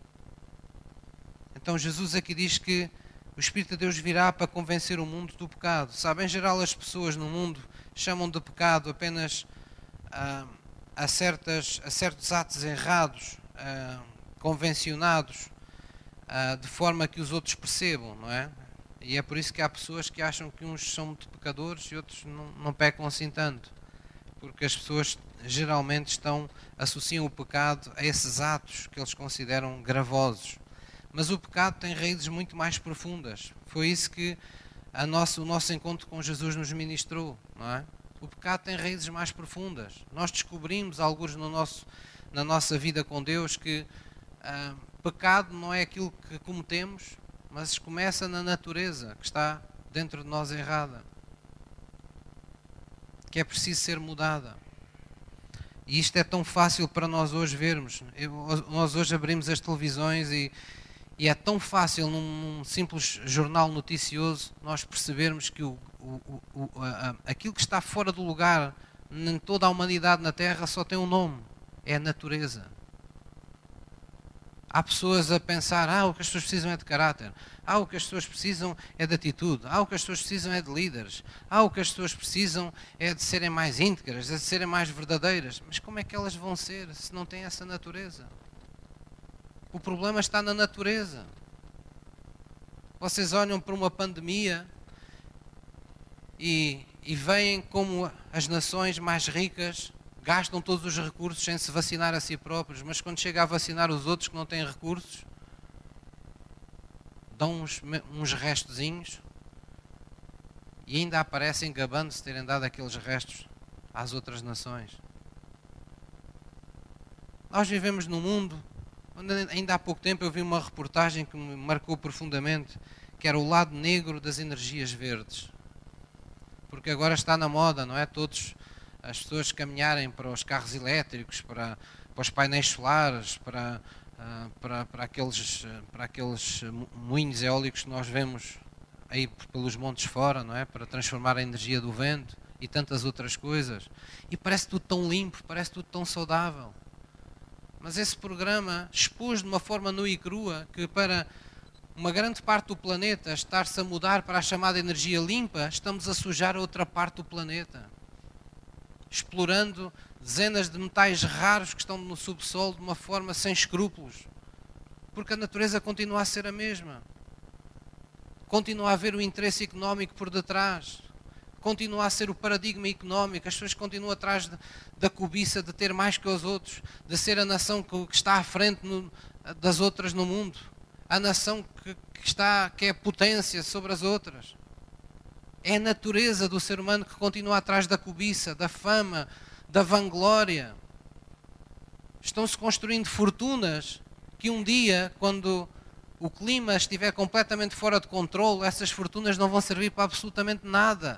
Então Jesus aqui diz que o Espírito de Deus virá para convencer o mundo do pecado. Sabe, em geral as pessoas no mundo chamam de pecado apenas ah, a, certas, a certos atos errados, ah, convencionados, ah, de forma que os outros percebam, não é? E é por isso que há pessoas que acham que uns são muito pecadores e outros não, não pecam assim tanto. Porque as pessoas geralmente estão, associam o pecado a esses atos que eles consideram gravosos. Mas o pecado tem raízes muito mais profundas. Foi isso que a nosso, o nosso encontro com Jesus nos ministrou, não é? O pecado tem raízes mais profundas. Nós descobrimos, alguns no nosso, na nossa vida com Deus, que ah, pecado não é aquilo que cometemos, mas começa na natureza que está dentro de nós errada, que é preciso ser mudada. E isto é tão fácil para nós hoje vermos. Eu, nós hoje abrimos as televisões e, e é tão fácil num, num simples jornal noticioso nós percebermos que o, o, o, a, aquilo que está fora do lugar em toda a humanidade na Terra só tem um nome, é a natureza. Há pessoas a pensar, ah, o que as pessoas precisam é de caráter, ah, o que as pessoas precisam é de atitude, ah, o que as pessoas precisam é de líderes, ah, o que as pessoas precisam é de serem mais íntegras, é de serem mais verdadeiras. Mas como é que elas vão ser se não têm essa natureza? O problema está na natureza. Vocês olham para uma pandemia e, e veem como as nações mais ricas gastam todos os recursos em se vacinar a si próprios, mas quando chega a vacinar os outros que não têm recursos, dão uns, uns restozinhos e ainda aparecem gabando-se de terem dado aqueles restos às outras nações. Nós vivemos num mundo onde ainda há pouco tempo eu vi uma reportagem que me marcou profundamente, que era o lado negro das energias verdes. Porque agora está na moda, não é? Todos... as pessoas caminharem para os carros elétricos, para, para os painéis solares, para, para, para, aqueles, para aqueles moinhos eólicos que nós vemos aí pelos montes fora, não é? Para transformar a energia do vento e tantas outras coisas. E parece tudo tão limpo, parece tudo tão saudável. Mas esse programa expôs de uma forma nua e crua que para uma grande parte do planeta estar-se a mudar para a chamada energia limpa, estamos a sujar a outra parte do planeta, explorando dezenas de metais raros que estão no subsolo de uma forma sem escrúpulos. Porque a natureza continua a ser a mesma. Continua a haver o interesse económico por detrás. Continua a ser o paradigma económico. As pessoas continuam atrás de, da cobiça de ter mais que os outros, de ser a nação que, que está à frente no, das outras no mundo. A nação que, que, está, que é a potência sobre as outras. É a natureza do ser humano que continua atrás da cobiça, da fama, da vanglória. Estão-se construindo fortunas que um dia, quando o clima estiver completamente fora de controle, essas fortunas não vão servir para absolutamente nada.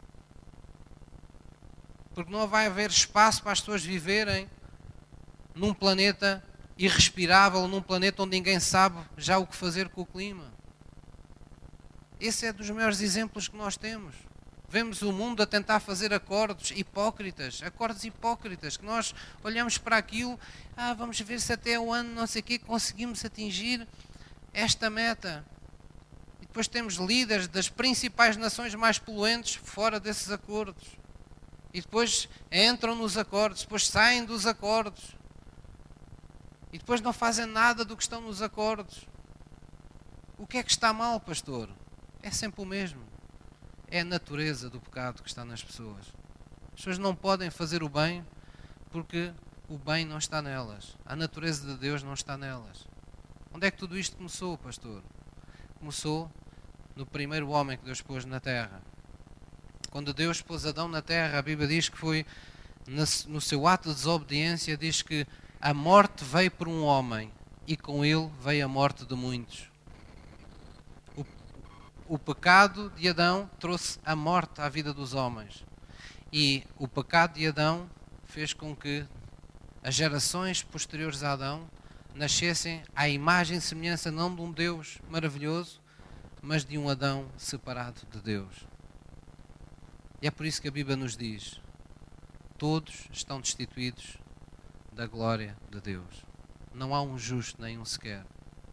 Porque não vai haver espaço para as pessoas viverem num planeta irrespirável, num planeta onde ninguém sabe já o que fazer com o clima. Esse é dos maiores exemplos que nós temos. Vemos o mundo a tentar fazer acordos hipócritas, acordos hipócritas, que nós olhamos para aquilo, ah, vamos ver se até o ano não sei o quê conseguimos atingir esta meta. E depois temos líderes das principais nações mais poluentes fora desses acordos. E depois entram nos acordos, depois saem dos acordos. E depois não fazem nada do que estão nos acordos. O que é que está mal, pastor? É sempre o mesmo. É a natureza do pecado que está nas pessoas. As pessoas não podem fazer o bem porque o bem não está nelas. A natureza de Deus não está nelas. Onde é que tudo isto começou, pastor? Começou no primeiro homem que Deus pôs na terra. Quando Deus pôs Adão na terra, a Bíblia diz que foi no seu ato de desobediência, diz que a morte veio por um homem e com ele veio a morte de muitos. O, o pecado de Adão trouxe a morte à vida dos homens. E o pecado de Adão fez com que as gerações posteriores a Adão nascessem à imagem e semelhança não de um Deus maravilhoso, mas de um Adão separado de Deus. E é por isso que a Bíblia nos diz: todos estão destituídos da glória de Deus. Não há um justo, nem um sequer.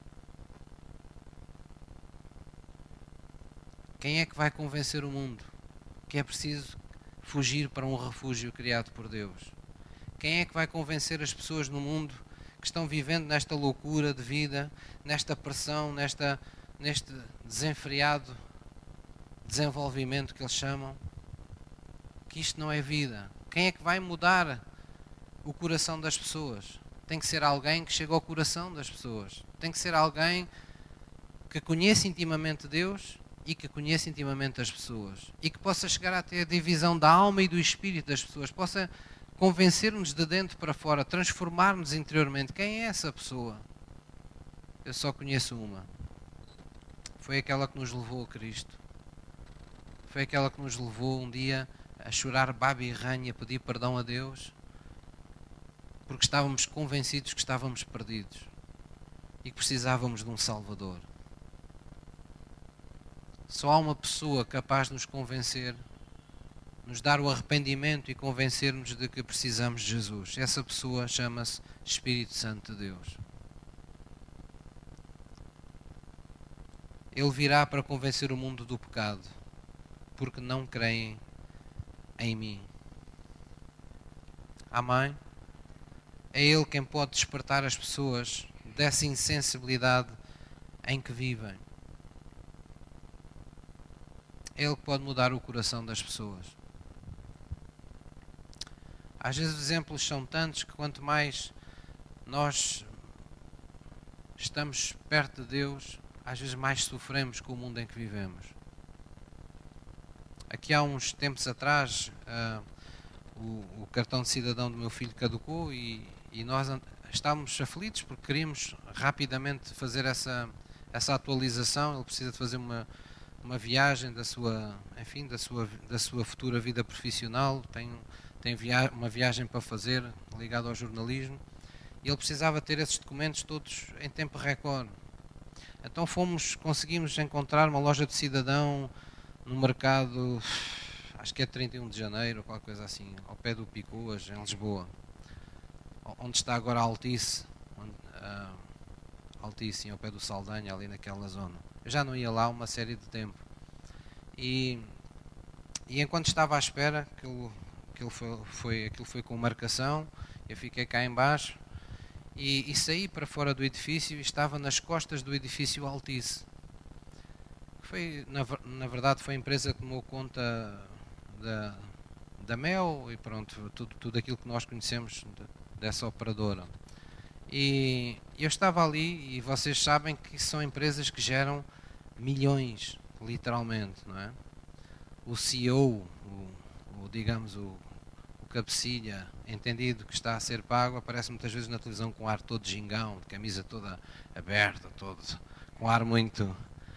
Quem é que vai convencer o mundo que é preciso fugir para um refúgio criado por Deus? Quem é que vai convencer as pessoas no mundo que estão vivendo nesta loucura de vida, nesta pressão, nesta, neste desenfreado desenvolvimento que eles chamam, que isto não é vida? Quem é que vai mudar o coração das pessoas? Tem que ser alguém que chega ao coração das pessoas. Tem que ser alguém que conheça intimamente Deus e que conheça intimamente as pessoas. E que possa chegar até a divisão da alma e do espírito das pessoas. Possa convencer-nos de dentro para fora, transformar-nos interiormente. Quem é essa pessoa? Eu só conheço uma. Foi aquela que nos levou a Cristo. Foi aquela que nos levou um dia a chorar baba e ranha, a pedir perdão a Deus, porque estávamos convencidos que estávamos perdidos e que precisávamos de um Salvador. Só há uma pessoa capaz de nos convencer, nos dar o arrependimento e convencer-nos de que precisamos de Jesus. Essa pessoa chama-se Espírito Santo de Deus. Ele virá para convencer o mundo do pecado, porque não creem em mim. Amém? É Ele quem pode despertar as pessoas dessa insensibilidade em que vivem. É Ele que pode mudar o coração das pessoas. Às vezes os exemplos são tantos que quanto mais nós estamos perto de Deus, às vezes mais sofremos com o mundo em que vivemos. Aqui há uns tempos atrás, uh, o, o cartão de cidadão do meu filho caducou e, e nós estávamos aflitos porque queríamos rapidamente fazer essa, essa atualização. Ele precisa de fazer uma, uma viagem da sua, enfim, da sua, da sua futura vida profissional. Tem, tem via uma viagem para fazer ligada ao jornalismo e ele precisava ter esses documentos todos em tempo recorde. Então fomos, conseguimos encontrar uma loja de cidadão no mercado, acho que é trinta e um de janeiro, ou qualquer coisa assim, ao pé do Picoas, em Lisboa, onde está agora a Altice, onde, uh, Altice, sim, ao pé do Saldanha, ali naquela zona. Eu já não ia lá há uma série de tempo. E, e enquanto estava à espera, aquilo, aquilo, foi, foi, aquilo foi com marcação, eu fiquei cá em baixo e, e saí para fora do edifício e estava nas costas do edifício Altice. Foi, na, na verdade foi a empresa que tomou conta da, da Mel e pronto, tudo, tudo aquilo que nós conhecemos de, dessa operadora. E eu estava ali e vocês sabem que são empresas que geram milhões, literalmente, não é? O C E O, o, o, digamos, o, o cabecilha, entendido que está a ser pago, aparece muitas vezes na televisão com ar todo gingão, de camisa toda aberta, todo, com ar muito...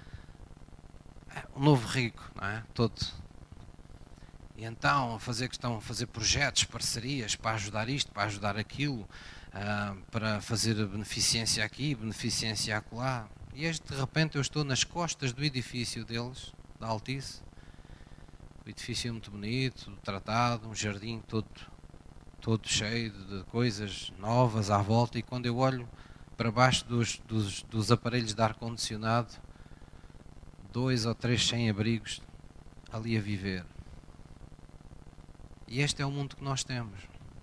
um novo rico, não é? Todo. E então, a fazer questão, a fazer projetos, parcerias, para ajudar isto, para ajudar aquilo, uh, para fazer beneficência aqui, beneficência acolá. E este, de repente, eu estou nas costas do edifício deles, da Altice. O edifício é muito bonito, tratado, um jardim todo, todo cheio de coisas novas à volta. E quando eu olho para baixo dos, dos, dos aparelhos de ar-condicionado, dois ou três sem-abrigos ali a viver. E este é o mundo que nós temos.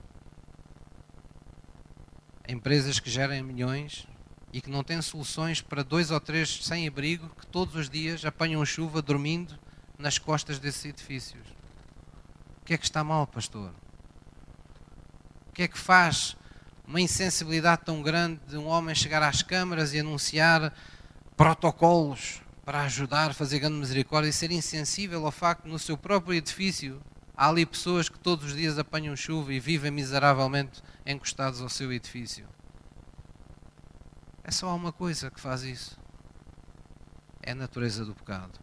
Empresas que gerem milhões e que não têm soluções para dois ou três sem-abrigo que todos os dias apanham chuva dormindo nas costas desses edifícios. O que é que está mal, pastor? O que é que faz uma insensibilidade tão grande de um homem chegar às câmaras e anunciar protocolos para ajudar, fazer grande misericórdia e ser insensível ao facto que no seu próprio edifício há ali pessoas que todos os dias apanham chuva e vivem miseravelmente encostados ao seu edifício? É só uma coisa que faz isso. É a natureza do pecado.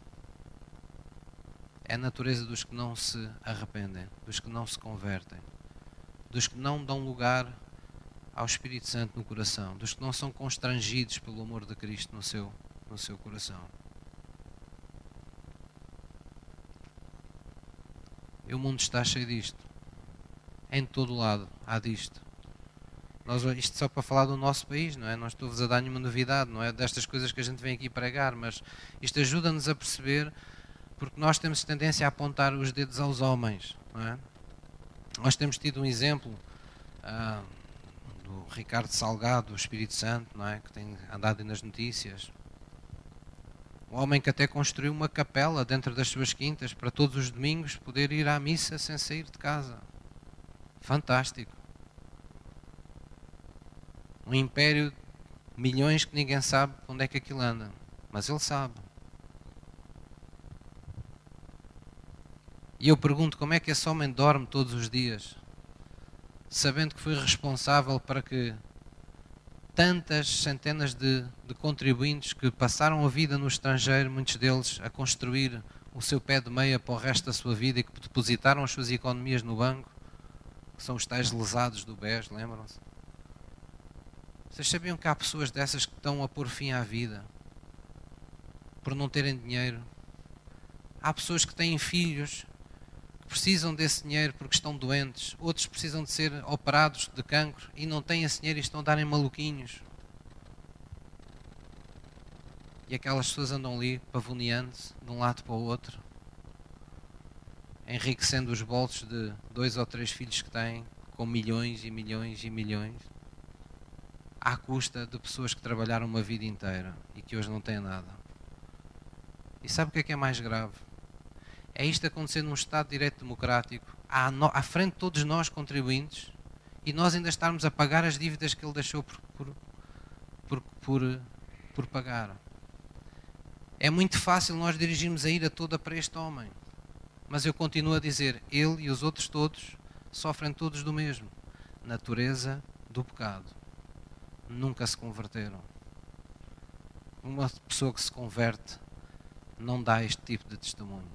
É a natureza dos que não se arrependem, dos que não se convertem, dos que não dão lugar ao Espírito Santo no coração, dos que não são constrangidos pelo amor de Cristo no seu, no seu coração. E o mundo está cheio disto. Em todo lado há disto. Nós, isto só para falar do nosso país, não é? Não estou-vos a dar nenhuma novidade, não é? Destas coisas que a gente vem aqui pregar, mas isto ajuda-nos a perceber, porque nós temos tendência a apontar os dedos aos homens, não é? Nós temos tido um exemplo ah, do Ricardo Salgado, do Espírito Santo, não é? Que tem andado nas notícias. Um homem que até construiu uma capela dentro das suas quintas para todos os domingos poder ir à missa sem sair de casa. Fantástico. Um império de milhões que ninguém sabe onde é que aquilo anda, mas ele sabe. E eu pergunto, como é que esse homem dorme todos os dias, sabendo que foi responsável para que tantas centenas de, de contribuintes que passaram a vida no estrangeiro, muitos deles a construir o seu pé de meia para o resto da sua vida e que depositaram as suas economias no banco, que são os tais lesados do B E S, lembram-se? Vocês sabiam que há pessoas dessas que estão a pôr fim à vida por não terem dinheiro? Há pessoas que têm filhos que precisam desse dinheiro porque estão doentes, outros precisam de ser operados de cancro e não têm esse dinheiro e estão a darem maluquinhos. E aquelas pessoas andam ali pavoneando-se de um lado para o outro, enriquecendo os bolsos de dois ou três filhos que têm, com milhões e milhões e milhões, à custa de pessoas que trabalharam uma vida inteira e que hoje não têm nada. E sabe o que é que é mais grave? É isto acontecer num Estado de Direito Democrático, à, no, à frente de todos nós contribuintes, e nós ainda estarmos a pagar as dívidas que ele deixou por, por, por, por, por pagar. É muito fácil nós dirigirmos a ira toda para este homem, mas eu continuo a dizer, ele e os outros todos sofrem todos do mesmo, natureza do pecado. Nunca se converteram. Uma pessoa que se converte não dá este tipo de testemunho.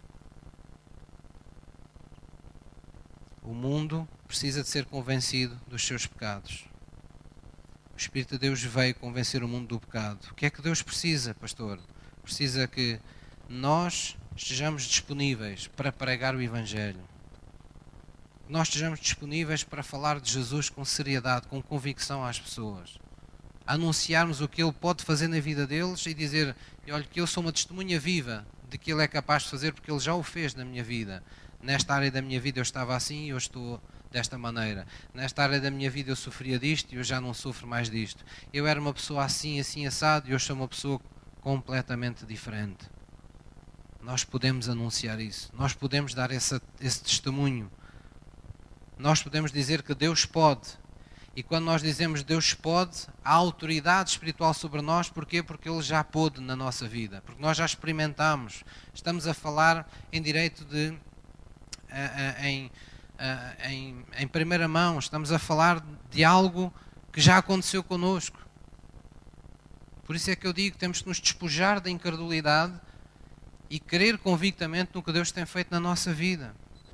O mundo precisa de ser convencido dos seus pecados. O Espírito de Deus veio convencer o mundo do pecado. O que é que Deus precisa, pastor? Precisa que nós estejamos disponíveis para pregar o Evangelho. Nós estejamos disponíveis para falar de Jesus com seriedade, com convicção às pessoas. Anunciarmos o que Ele pode fazer na vida deles e dizer, olha, que eu sou uma testemunha viva de que Ele é capaz de fazer porque Ele já o fez na minha vida. Nesta área da minha vida eu estava assim e eu estou desta maneira. Nesta área da minha vida eu sofria disto e eu já não sofro mais disto. Eu era uma pessoa assim, assim, assado e hoje sou uma pessoa completamente diferente. Nós podemos anunciar isso. Nós podemos dar esse, esse testemunho. Nós podemos dizer que Deus pode. E quando nós dizemos Deus pode, há autoridade espiritual sobre nós. Porquê? Porque Ele já pôde na nossa vida. Porque nós já experimentamos. Estamos a falar em direito de... Em, em, em primeira mão, estamos a falar de algo que já aconteceu connosco. Por isso é que eu digo que temos que nos despojar da incredulidade e crer convictamente no que Deus tem feito na nossa vida.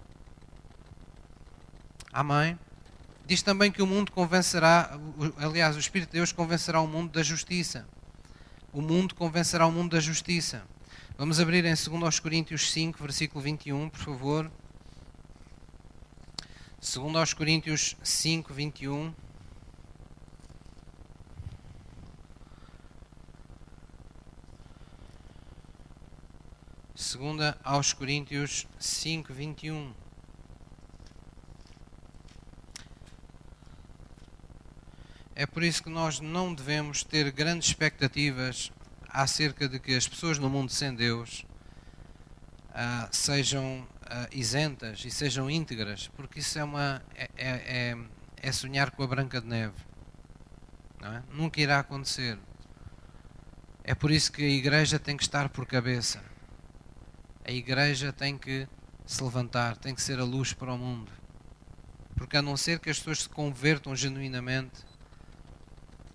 Amém? Diz também que o mundo convencerá, aliás, o Espírito de Deus convencerá o mundo da justiça. O mundo convencerá o mundo da justiça. Vamos abrir em dois Coríntios cinco, versículo vinte e um, por favor. dois Coríntios cinco, vinte e um. Segunda aos Coríntios cinco, vinte e um. É por isso que nós não devemos ter grandes expectativas acerca de que as pessoas no mundo sem Deus uh, sejam uh, isentas e sejam íntegras, porque isso é, uma, é, é, é sonhar com a Branca de Neve. Não é? Nunca irá acontecer. É por isso que a igreja tem que estar por cabeça. A igreja tem que se levantar, tem que ser a luz para o mundo. Porque a não ser que as pessoas se convertam genuinamente,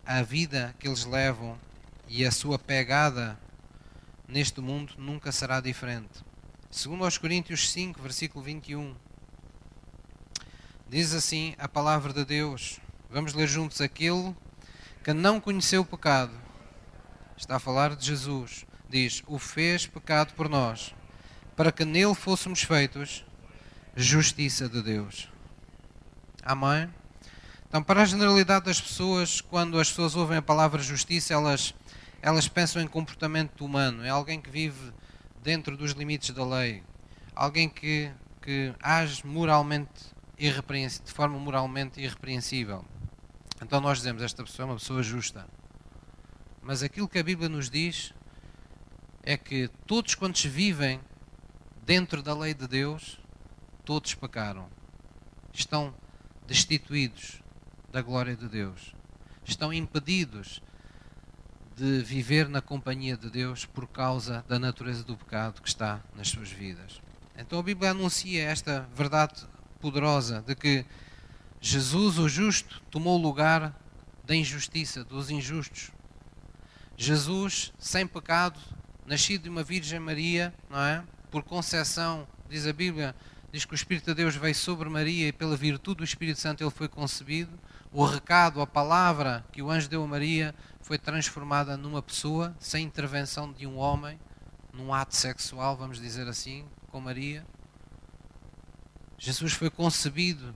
a vida que eles levam e a sua pegada neste mundo nunca será diferente. Segundo aos Coríntios cinco, versículo vinte e um, diz assim a palavra de Deus. Vamos ler juntos: aquele que não conheceu o pecado, está a falar de Jesus, diz, o fez pecado por nós, para que nele fôssemos feitos justiça de Deus. Amém? Então, para a generalidade das pessoas, quando as pessoas ouvem a palavra justiça, elas, elas pensam em comportamento humano. É alguém que vive dentro dos limites da lei. Alguém que, que age moralmente irrepreensível, de forma moralmente irrepreensível. Então nós dizemos, esta pessoa é uma pessoa justa. Mas aquilo que a Bíblia nos diz é que todos quantos vivem dentro da lei de Deus, todos pecaram. Estão destituídos da glória de Deus. Estão impedidos de viver na companhia de Deus por causa da natureza do pecado que está nas suas vidas. Então a Bíblia anuncia esta verdade poderosa de que Jesus, o justo, tomou o lugar da injustiça, dos injustos. Jesus, sem pecado, nascido de uma Virgem Maria, não é? Por concepção, diz a Bíblia, diz que o Espírito de Deus veio sobre Maria e pela virtude do Espírito Santo ele foi concebido. O recado, a palavra que o anjo deu a Maria foi transformada numa pessoa, sem intervenção de um homem, num ato sexual, vamos dizer assim, com Maria. Jesus foi concebido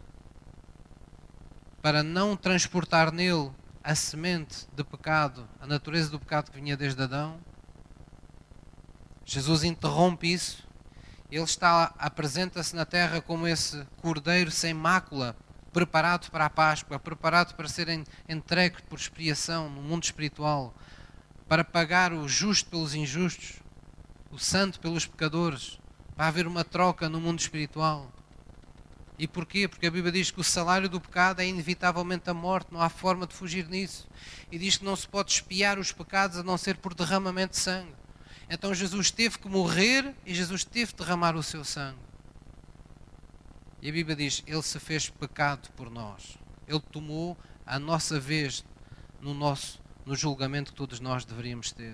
para não transportar nele a semente de pecado, a natureza do pecado que vinha desde Adão. Jesus interrompe isso. Ele está, apresenta-se na terra como esse cordeiro sem mácula, preparado para a Páscoa, preparado para ser entregue por expiação no mundo espiritual, para pagar o justo pelos injustos, o santo pelos pecadores, para haver uma troca no mundo espiritual. E porquê? Porque a Bíblia diz que o salário do pecado é inevitavelmente a morte, não há forma de fugir nisso. E diz que não se pode expiar os pecados a não ser por derramamento de sangue. Então Jesus teve que morrer e Jesus teve que derramar o seu sangue. E a Bíblia diz, ele se fez pecado por nós. Ele tomou a nossa vez no, nosso, no julgamento que todos nós deveríamos ter.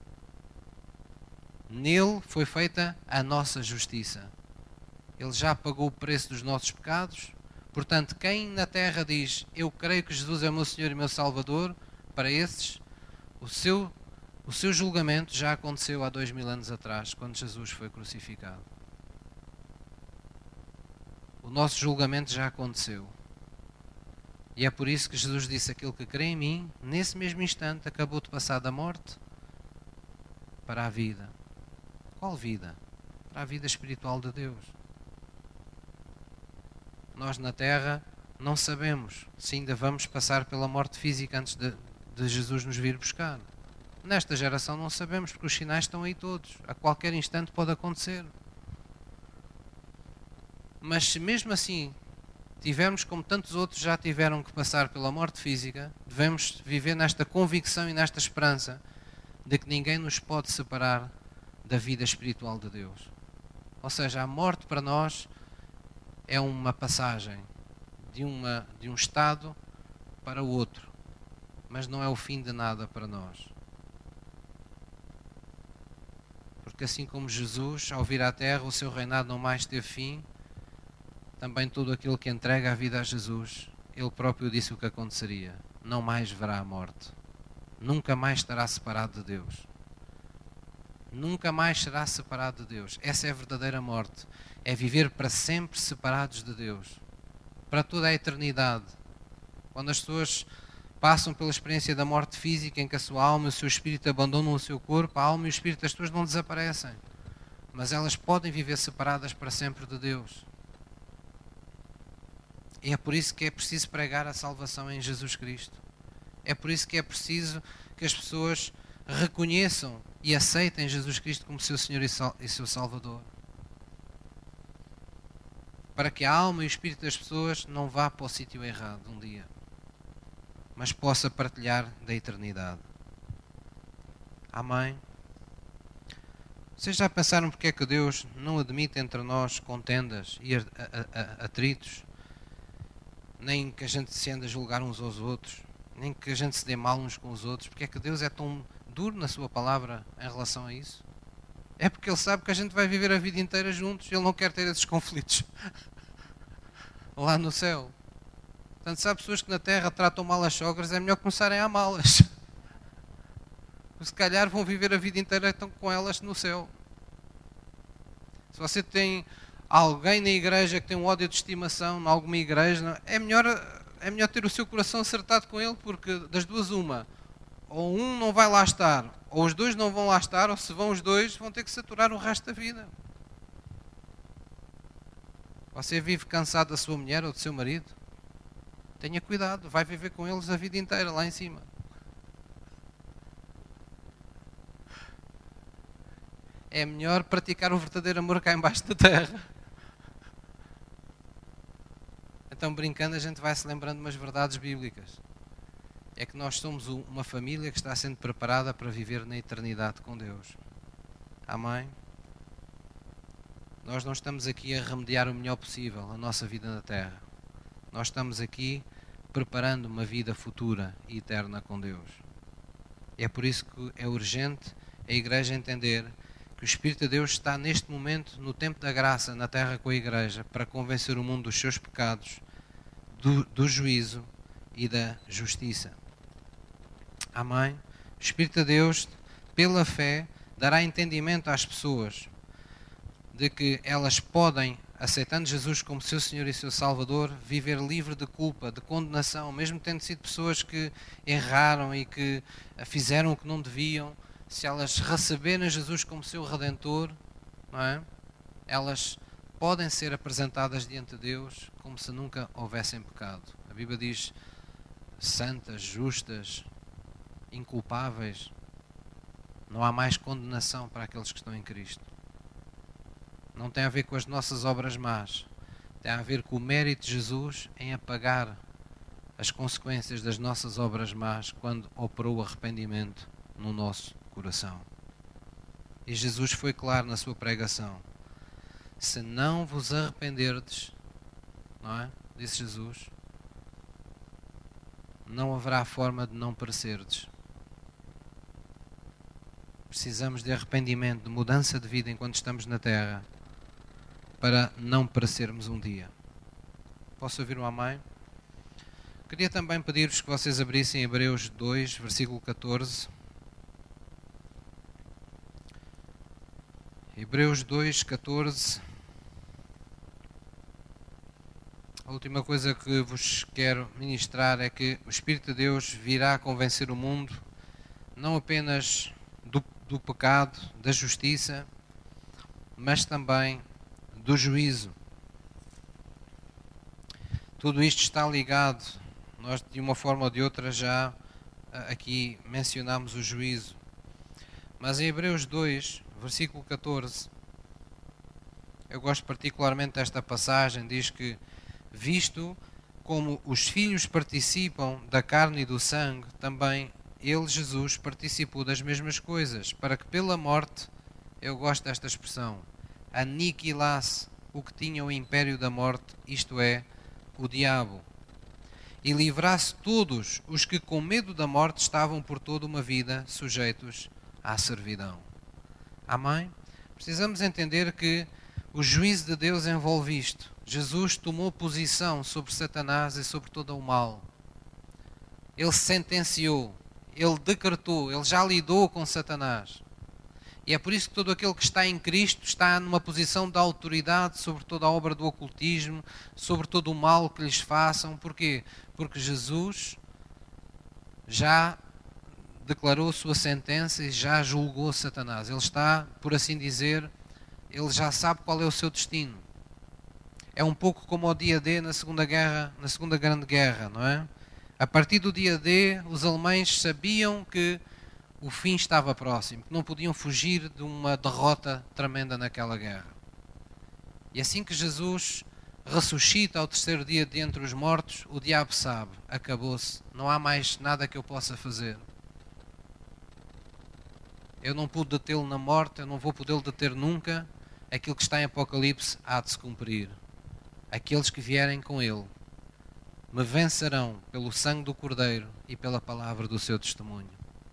Nele foi feita a nossa justiça. Ele já pagou o preço dos nossos pecados. Portanto, quem na terra diz, eu creio que Jesus é o meu Senhor e meu Salvador, para esses, o seu, o seu julgamento já aconteceu há dois mil anos atrás, quando Jesus foi crucificado. O nosso julgamento já aconteceu. E é por isso que Jesus disse, aquele que crê em mim, nesse mesmo instante, acabou de passar da morte para a vida. Qual vida? Para a vida espiritual de Deus. Nós na terra não sabemos se ainda vamos passar pela morte física antes de, de Jesus nos vir buscar. Nesta geração não sabemos, porque os sinais estão aí todos. A qualquer instante pode acontecer. Mas se mesmo assim tivermos, como tantos outros já tiveram que passar pela morte física, devemos viver nesta convicção e nesta esperança de que ninguém nos pode separar da vida espiritual de Deus. Ou seja, a morte para nós é uma passagem de, uma, de um estado para o outro, mas não é o fim de nada para nós. Porque assim como Jesus, ao vir à terra, o seu reinado não mais teve fim, também todo aquele que entrega a vida a Jesus, ele próprio disse o que aconteceria. Não mais verá a morte. Nunca mais estará separado de Deus. Nunca mais será separado de Deus. Essa é a verdadeira morte. É viver para sempre separados de Deus. Para toda a eternidade. Quando as pessoas passam pela experiência da morte física, em que a sua alma e o seu espírito abandonam o seu corpo, a alma e o espírito das pessoas não desaparecem. Mas elas podem viver separadas para sempre de Deus. E é por isso que é preciso pregar a salvação em Jesus Cristo. É por isso que é preciso que as pessoas reconheçam e aceitem Jesus Cristo como seu Senhor e seu Salvador. Para que a alma e o espírito das pessoas não vá para o sítio errado um dia, mas possa partilhar da eternidade. Amém? Vocês já pensaram porque é que Deus não admite entre nós contendas e atritos? Nem que a gente se ande a julgar uns aos outros, nem que a gente se dê mal uns com os outros. Porque é que Deus é tão duro na sua palavra em relação a isso? É porque Ele sabe que a gente vai viver a vida inteira juntos. Ele não quer ter esses conflitos lá no céu. Portanto, se há pessoas que na terra tratam mal as sogras, é melhor começarem a amá-las. Se calhar vão viver a vida inteira então com elas no céu. Se você tem alguém na igreja que tem um ódio de estimação, em alguma igreja, é melhor, é melhor ter o seu coração acertado com ele, porque das duas uma, ou um não vai lá estar, ou os dois não vão lá estar, ou se vão os dois, vão ter que se aturar o resto da vida. Você vive cansado da sua mulher ou do seu marido? Tenha cuidado, vai viver com eles a vida inteira lá em cima. É melhor praticar o verdadeiro amor cá embaixo da terra. Então, brincando, a gente vai se lembrando de umas verdades bíblicas. É que nós somos uma família que está sendo preparada para viver na eternidade com Deus. Amém? Nós não estamos aqui a remediar o melhor possível a nossa vida na terra. Nós estamos aqui preparando uma vida futura e eterna com Deus. É por isso que é urgente a igreja entender que o Espírito de Deus está neste momento, no tempo da graça, na terra com a igreja, para convencer o mundo dos seus pecados, do, do juízo e da justiça. Amém? O Espírito de Deus, pela fé, dará entendimento às pessoas de que elas podem, aceitando Jesus como seu Senhor e seu Salvador, viver livre de culpa, de condenação, mesmo tendo sido pessoas que erraram e que fizeram o que não deviam. Se elas receberem Jesus como seu Redentor, não é? Elas podem ser apresentadas diante de Deus como se nunca houvessem pecado. A Bíblia diz santas, justas, inculpáveis. Não há mais condenação para aqueles que estão em Cristo. Não tem a ver com as nossas obras más. Tem a ver com o mérito de Jesus em apagar as consequências das nossas obras más quando operou o arrependimento no nosso coração. E Jesus foi claro na sua pregação: se não vos arrependerdes, não é? Disse Jesus, não haverá forma de não perecerdes. Precisamos de arrependimento, de mudança de vida enquanto estamos na terra, para não perecermos um dia. Posso ouvir um amém? Queria também pedir-vos que vocês abrissem Hebreus dois, versículo catorze. Hebreus dois, catorze. A última coisa que vos quero ministrar é que o Espírito de Deus virá convencer o mundo, não apenas do, do pecado, da justiça, mas também do juízo. Tudo isto está ligado. Nós, de uma forma ou de outra, já aqui mencionámos o juízo. Mas em Hebreus dois, versículo catorze, eu gosto particularmente desta passagem. Diz que, visto como os filhos participam da carne e do sangue, também ele, Jesus, participou das mesmas coisas, para que pela morte, eu gosto desta expressão, aniquilasse o que tinha o império da morte, isto é, o diabo, e livrasse todos os que com medo da morte estavam por toda uma vida sujeitos à servidão. Amém? Precisamos entender que o juízo de Deus envolve isto. Jesus tomou posição sobre Satanás e sobre todo o mal. Ele sentenciou, ele decretou, ele já lidou com Satanás. E é por isso que todo aquele que está em Cristo está numa posição de autoridade sobre toda a obra do ocultismo, sobre todo o mal que lhes façam. Porquê? Porque Jesus já declarou sua sentença e já julgou Satanás. Ele está, por assim dizer, ele já sabe qual é o seu destino. É um pouco como o dia D na Segunda Guerra, na Segunda Grande Guerra, não é? A partir do dia D, os alemães sabiam que o fim estava próximo, que não podiam fugir de uma derrota tremenda naquela guerra. E assim que Jesus ressuscita ao terceiro dia de entre os mortos, o diabo sabe, acabou-se, não há mais nada que eu possa fazer. Eu não pude detê-lo na morte, eu não vou podê-lo deter nunca. Aquilo que está em Apocalipse há de se cumprir. Aqueles que vierem com ele, me vencerão pelo sangue do Cordeiro e pela palavra do seu testemunho.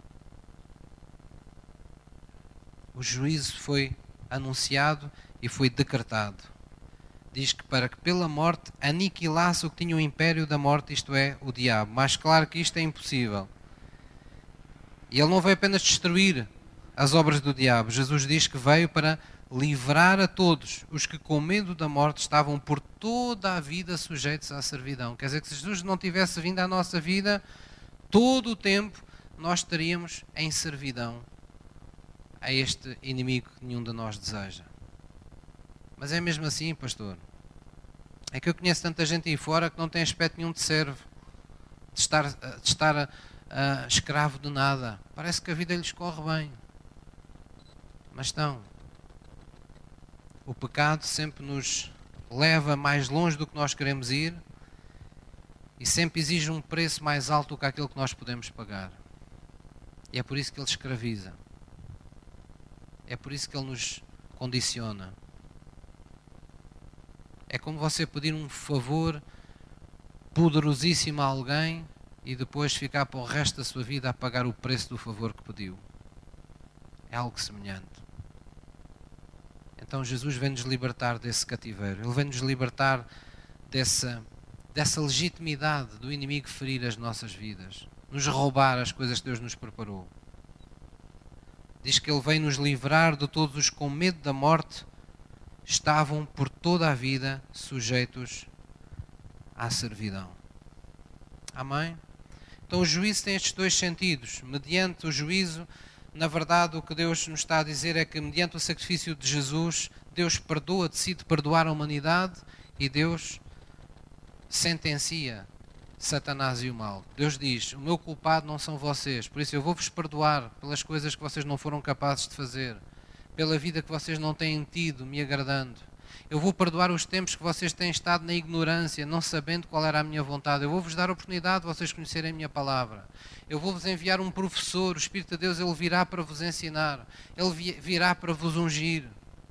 O juízo foi anunciado e foi decretado. Diz que para que pela morte aniquilasse o que tinha o império da morte, isto é, o diabo. Mas claro que isto é impossível. E ele não veio apenas destruir as obras do diabo. Jesus diz que veio para livrar a todos os que com medo da morte estavam por toda a vida sujeitos à servidão. Quer dizer que se Jesus não tivesse vindo à nossa vida, todo o tempo nós estaríamos em servidão a este inimigo que nenhum de nós deseja. Mas é mesmo assim, pastor? É que eu conheço tanta gente aí fora que não tem aspecto nenhum de servo, de estar, de estar uh, escravo de nada. Parece que a vida lhes corre bem. Mas não. O pecado sempre nos leva mais longe do que nós queremos ir e sempre exige um preço mais alto do que aquele que nós podemos pagar. E é por isso que ele escraviza. É por isso que ele nos condiciona. É como você pedir um favor poderosíssimo a alguém e depois ficar para o resto da sua vida a pagar o preço do favor que pediu. É algo semelhante. Então Jesus vem-nos libertar desse cativeiro. Ele vem-nos libertar dessa, dessa legitimidade do inimigo ferir as nossas vidas, nos roubar as coisas que Deus nos preparou. Diz que Ele vem nos livrar de todos os que com medo da morte estavam por toda a vida sujeitos à servidão. Amém? Então o juízo tem estes dois sentidos. Mediante o juízo, na verdade o que Deus nos está a dizer é que mediante o sacrifício de Jesus, Deus perdoa, decide perdoar a humanidade e Deus sentencia Satanás e o mal. Deus diz, o meu culpado não são vocês, por isso eu vou-vos perdoar pelas coisas que vocês não foram capazes de fazer, pela vida que vocês não têm tido, me agradando. Eu vou perdoar os tempos que vocês têm estado na ignorância, não sabendo qual era a minha vontade. Eu vou-vos dar a oportunidade de vocês conhecerem a minha palavra. Eu vou-vos enviar um professor, o Espírito de Deus, ele virá para vos ensinar. Ele virá para vos ungir.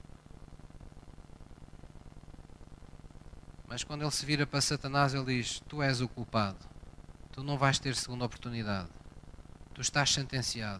Mas quando ele se vira para Satanás, ele diz, tu és o culpado. Tu não vais ter segunda oportunidade. Tu estás sentenciado.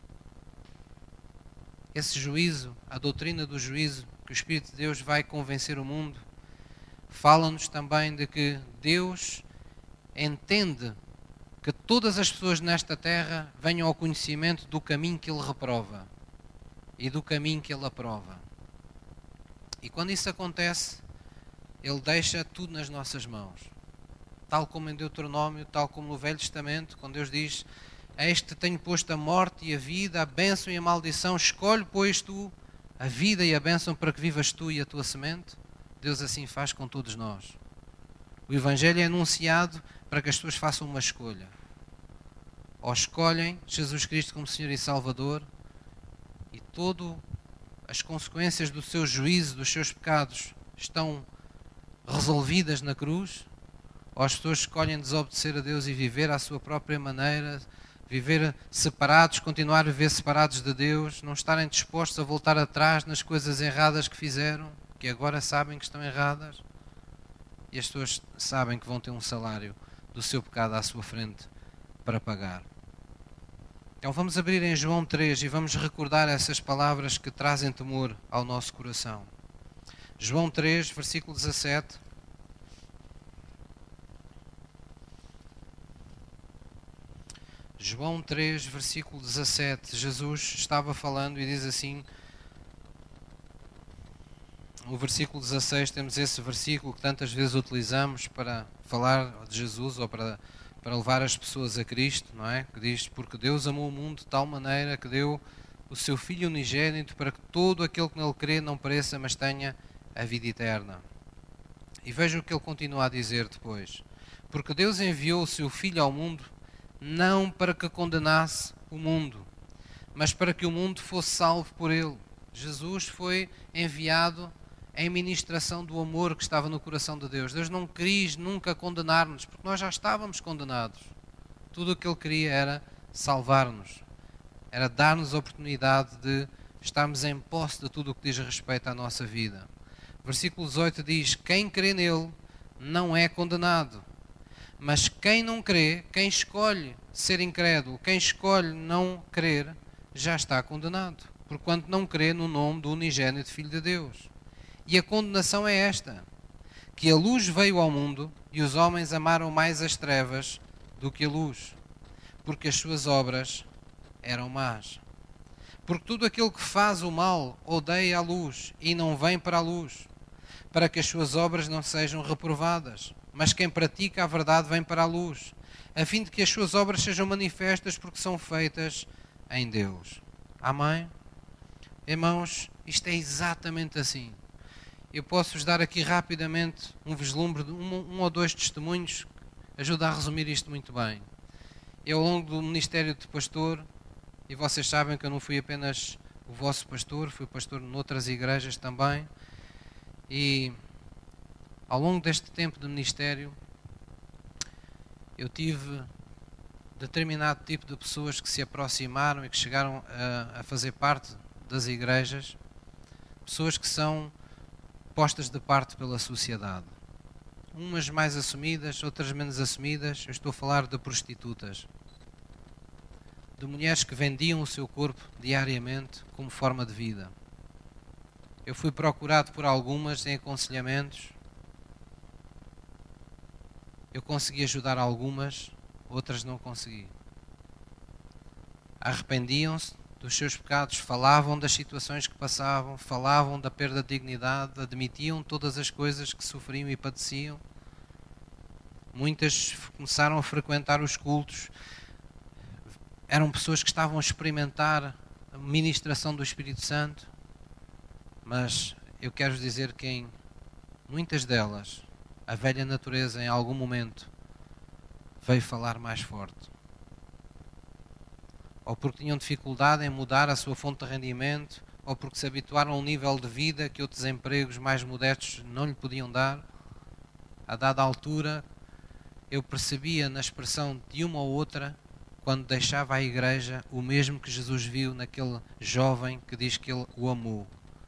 Esse juízo, a doutrina do juízo, que o Espírito de Deus vai convencer o mundo, fala-nos também de que Deus entende que todas as pessoas nesta terra venham ao conhecimento do caminho que Ele reprova e do caminho que Ele aprova. E quando isso acontece, Ele deixa tudo nas nossas mãos. Tal como em Deuteronômio, tal como no Velho Testamento, quando Deus diz, eis que te tenho posto a morte e a vida, a bênção e a maldição, escolhe, pois, tu a vida e a bênção para que vivas tu e a tua semente. Deus assim faz com todos nós. O Evangelho é anunciado para que as pessoas façam uma escolha. Ou escolhem Jesus Cristo como Senhor e Salvador e todas as consequências do seu juízo, dos seus pecados, estão resolvidas na cruz, ou as pessoas escolhem desobedecer a Deus e viver à sua própria maneira, viver separados, continuar a viver separados de Deus, não estarem dispostos a voltar atrás nas coisas erradas que fizeram, que agora sabem que estão erradas, e as pessoas sabem que vão ter um salário do seu pecado à sua frente para pagar. Então vamos abrir em João três e vamos recordar essas palavras que trazem temor ao nosso coração. João três, versículo dezassete. João três, versículo dezassete. Jesus estava falando e diz assim, no versículo dezasseis, temos esse versículo que tantas vezes utilizamos para falar de Jesus ou para, para levar as pessoas a Cristo, não é? Que diz, porque Deus amou o mundo de tal maneira que deu o seu Filho unigênito para que todo aquele que nele crê não pereça, mas tenha a vida eterna. E veja o que ele continua a dizer depois. Porque Deus enviou o seu Filho ao mundo não para que condenasse o mundo, mas para que o mundo fosse salvo por ele. Jesus foi enviado em ministração do amor que estava no coração de Deus. Deus não quis nunca condenar-nos, porque nós já estávamos condenados. Tudo o que Ele queria era salvar-nos, era dar-nos a oportunidade de estarmos em posse de tudo o que diz respeito à nossa vida. Versículo dezoito diz, quem crê nele não é condenado, Mas quem não crê, quem escolhe ser incrédulo, quem escolhe não crer, já está condenado, porquanto não crê no nome do unigénito Filho de Deus. E a condenação é esta, que a luz veio ao mundo e os homens amaram mais as trevas do que a luz, porque as suas obras eram más. Porque tudo aquele que faz o mal odeia a luz e não vem para a luz, para que as suas obras não sejam reprovadas. Mas quem pratica a verdade vem para a luz, a fim de que as suas obras sejam manifestas porque são feitas em Deus. Amém? Irmãos, isto é exatamente assim. Eu posso-vos dar aqui rapidamente um vislumbre de um, um ou dois testemunhos que ajuda a resumir isto muito bem. Eu, ao longo do ministério de pastor, e vocês sabem que eu não fui apenas o vosso pastor, fui pastor noutras igrejas também, e ao longo deste tempo de ministério, eu tive determinado tipo de pessoas que se aproximaram e que chegaram a, a fazer parte das igrejas, pessoas que são postas de parte pela sociedade. Umas mais assumidas, outras menos assumidas. Eu estou a falar de prostitutas, de mulheres que vendiam o seu corpo diariamente como forma de vida. Eu fui procurado por algumas em aconselhamentos. Eu consegui ajudar algumas, outras não consegui. Arrependiam-se dos seus pecados, falavam das situações que passavam, falavam da perda de dignidade, admitiam todas as coisas que sofriam e padeciam. Muitas começaram a frequentar os cultos. Eram pessoas que estavam a experimentar a ministração do Espírito Santo. Mas eu quero dizer que em muitas delas, a velha natureza em algum momento veio falar mais forte. Ou porque tinham dificuldade em mudar a sua fonte de rendimento, ou porque se habituaram a um nível de vida que outros empregos mais modestos não lhe podiam dar. A dada altura, eu percebia na expressão de uma ou outra, quando deixava a igreja, o mesmo que Jesus viu naquele jovem que diz que ele o amou.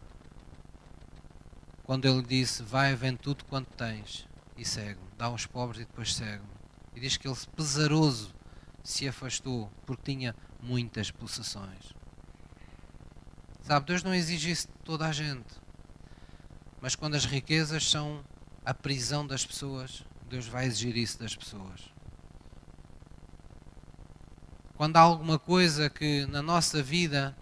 Quando ele disse, vai, vende tudo quanto tens e segue-me, dá aos pobres e depois segue-me. E diz que ele, pesaroso, se afastou porque tinha muitas possessões. Sabe, Deus não exige isso de toda a gente. Mas quando as riquezas são a prisão das pessoas, Deus vai exigir isso das pessoas. Quando há alguma coisa que na nossa vida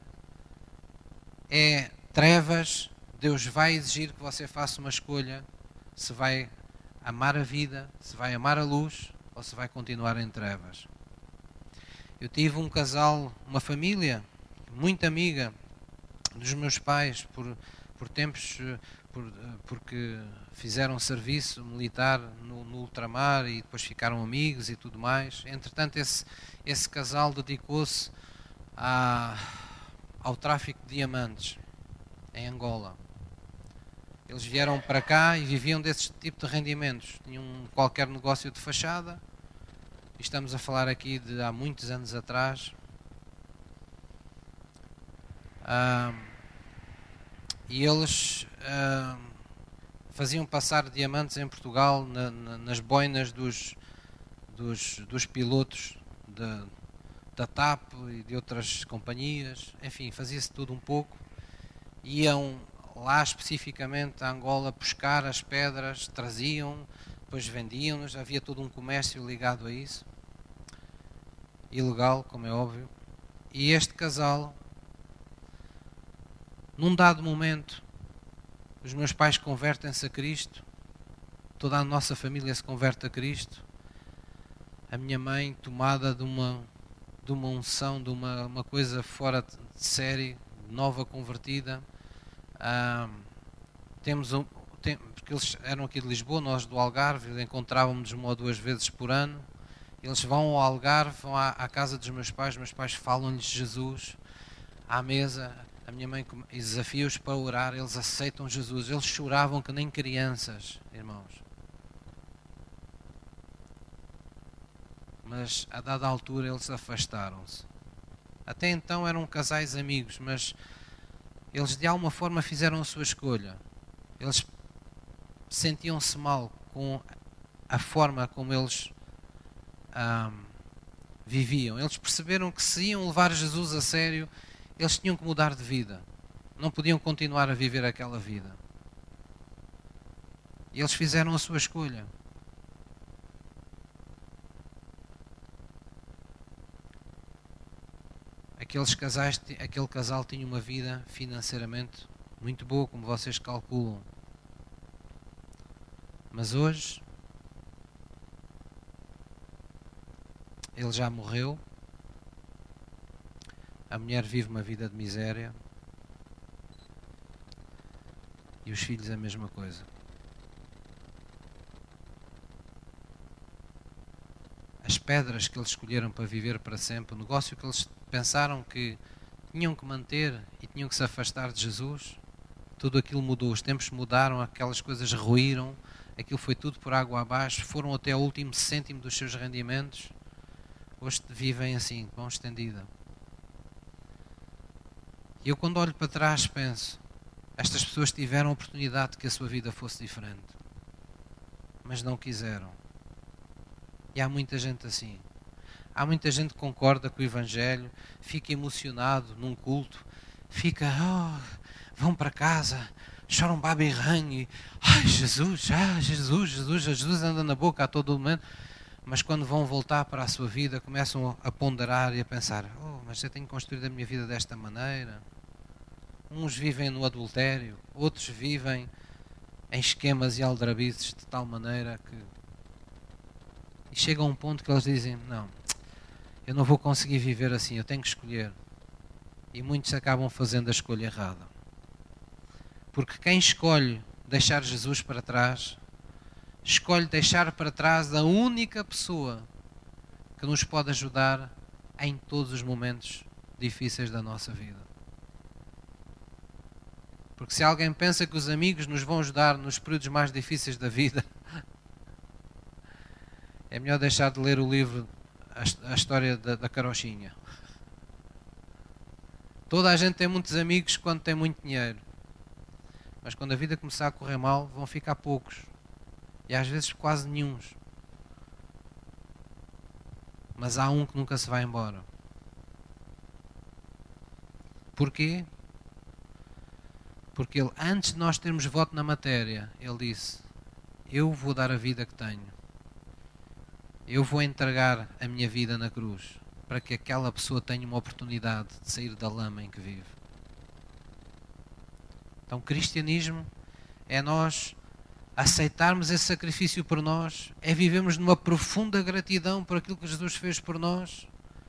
é trevas, Deus vai exigir que você faça uma escolha, se vai amar a vida, se vai amar a luz ou se vai continuar em trevas. Eu tive um casal, uma família muito amiga dos meus pais por, por tempos, por, porque fizeram serviço militar no, no ultramar e depois ficaram amigos e tudo mais. Entretanto, esse, esse casal dedicou-se a, ao tráfico de diamantes em Angola. Eles vieram para cá e viviam desse tipo de rendimentos. Tinham qualquer negócio de fachada. Estamos a falar aqui de há muitos anos atrás. Ah, e eles ah, faziam passar diamantes em Portugal na, na, nas boinas dos, dos, dos pilotos de, da T A P e de outras companhias. Enfim, fazia-se tudo um pouco. Iam lá especificamente a Angola buscar as pedras, traziam, depois vendiam-nos, havia todo um comércio ligado a isso, ilegal, como é óbvio. E este casal, num dado momento, os meus pais convertem-se a Cristo, toda a nossa família se converte a Cristo, a minha mãe tomada de uma, de uma unção, de uma, uma coisa fora de série, nova convertida. Ah, temos um, tem, porque eles eram aqui de Lisboa, nós do Algarve, encontrávamos uma ou duas vezes por ano. Eles vão ao Algarve, vão à, à casa dos meus pais, meus pais falam-lhes de Jesus à mesa, a minha mãe desafia-os para orar, eles aceitam Jesus, eles choravam que nem crianças, irmãos. Mas a dada altura eles afastaram-se. Até então eram casais amigos, mas eles de alguma forma fizeram a sua escolha. Eles sentiam-se mal com a forma como eles ah, viviam. Eles perceberam que se iam levar Jesus a sério, eles tinham que mudar de vida. Não podiam continuar a viver aquela vida. E eles fizeram a sua escolha. Aqueles casais, aquele casal tinha uma vida financeiramente muito boa, como vocês calculam. Mas hoje, ele já morreu. A mulher vive uma vida de miséria. E os filhos a mesma coisa. As pedras que eles escolheram para viver para sempre, o negócio que eles pensaram que tinham que manter e tinham que se afastar de Jesus, tudo aquilo mudou. Os tempos mudaram, aquelas coisas ruíram, aquilo foi tudo por água abaixo, foram até ao último cêntimo dos seus rendimentos. Hoje vivem assim, de mão estendida. E eu, quando olho para trás, penso: estas pessoas tiveram a oportunidade de que a sua vida fosse diferente, mas não quiseram. E há muita gente assim. Há muita gente que concorda com o Evangelho, fica emocionado num culto, fica, oh, vão para casa, choram baba e ranho, e, ai, Jesus, ah, Jesus, Jesus, Jesus anda na boca a todo momento. Mas quando vão voltar para a sua vida, começam a ponderar e a pensar: oh, mas eu tenho construído a minha vida desta maneira. Uns vivem no adultério, outros vivem em esquemas e aldrabices de tal maneira que... E chega a um ponto que eles dizem: não, eu não vou conseguir viver assim, eu tenho que escolher. E muitos acabam fazendo a escolha errada. Porque quem escolhe deixar Jesus para trás, escolhe deixar para trás a única pessoa que nos pode ajudar em todos os momentos difíceis da nossa vida. Porque se alguém pensa que os amigos nos vão ajudar nos períodos mais difíceis da vida, é melhor deixar de ler o livro A, a História da, da Carochinha. Toda a gente tem muitos amigos quando tem muito dinheiro. Mas quando a vida começar a correr mal, vão ficar poucos. E às vezes quase nenhuns. Mas há um que nunca se vai embora. Porquê? Porque ele, antes de nós termos voto na matéria, ele disse: eu vou dar a vida que tenho. Eu vou entregar a minha vida na cruz para que aquela pessoa tenha uma oportunidade de sair da lama em que vive. Então, o cristianismo é nós aceitarmos esse sacrifício por nós, é vivermos numa profunda gratidão por aquilo que Jesus fez por nós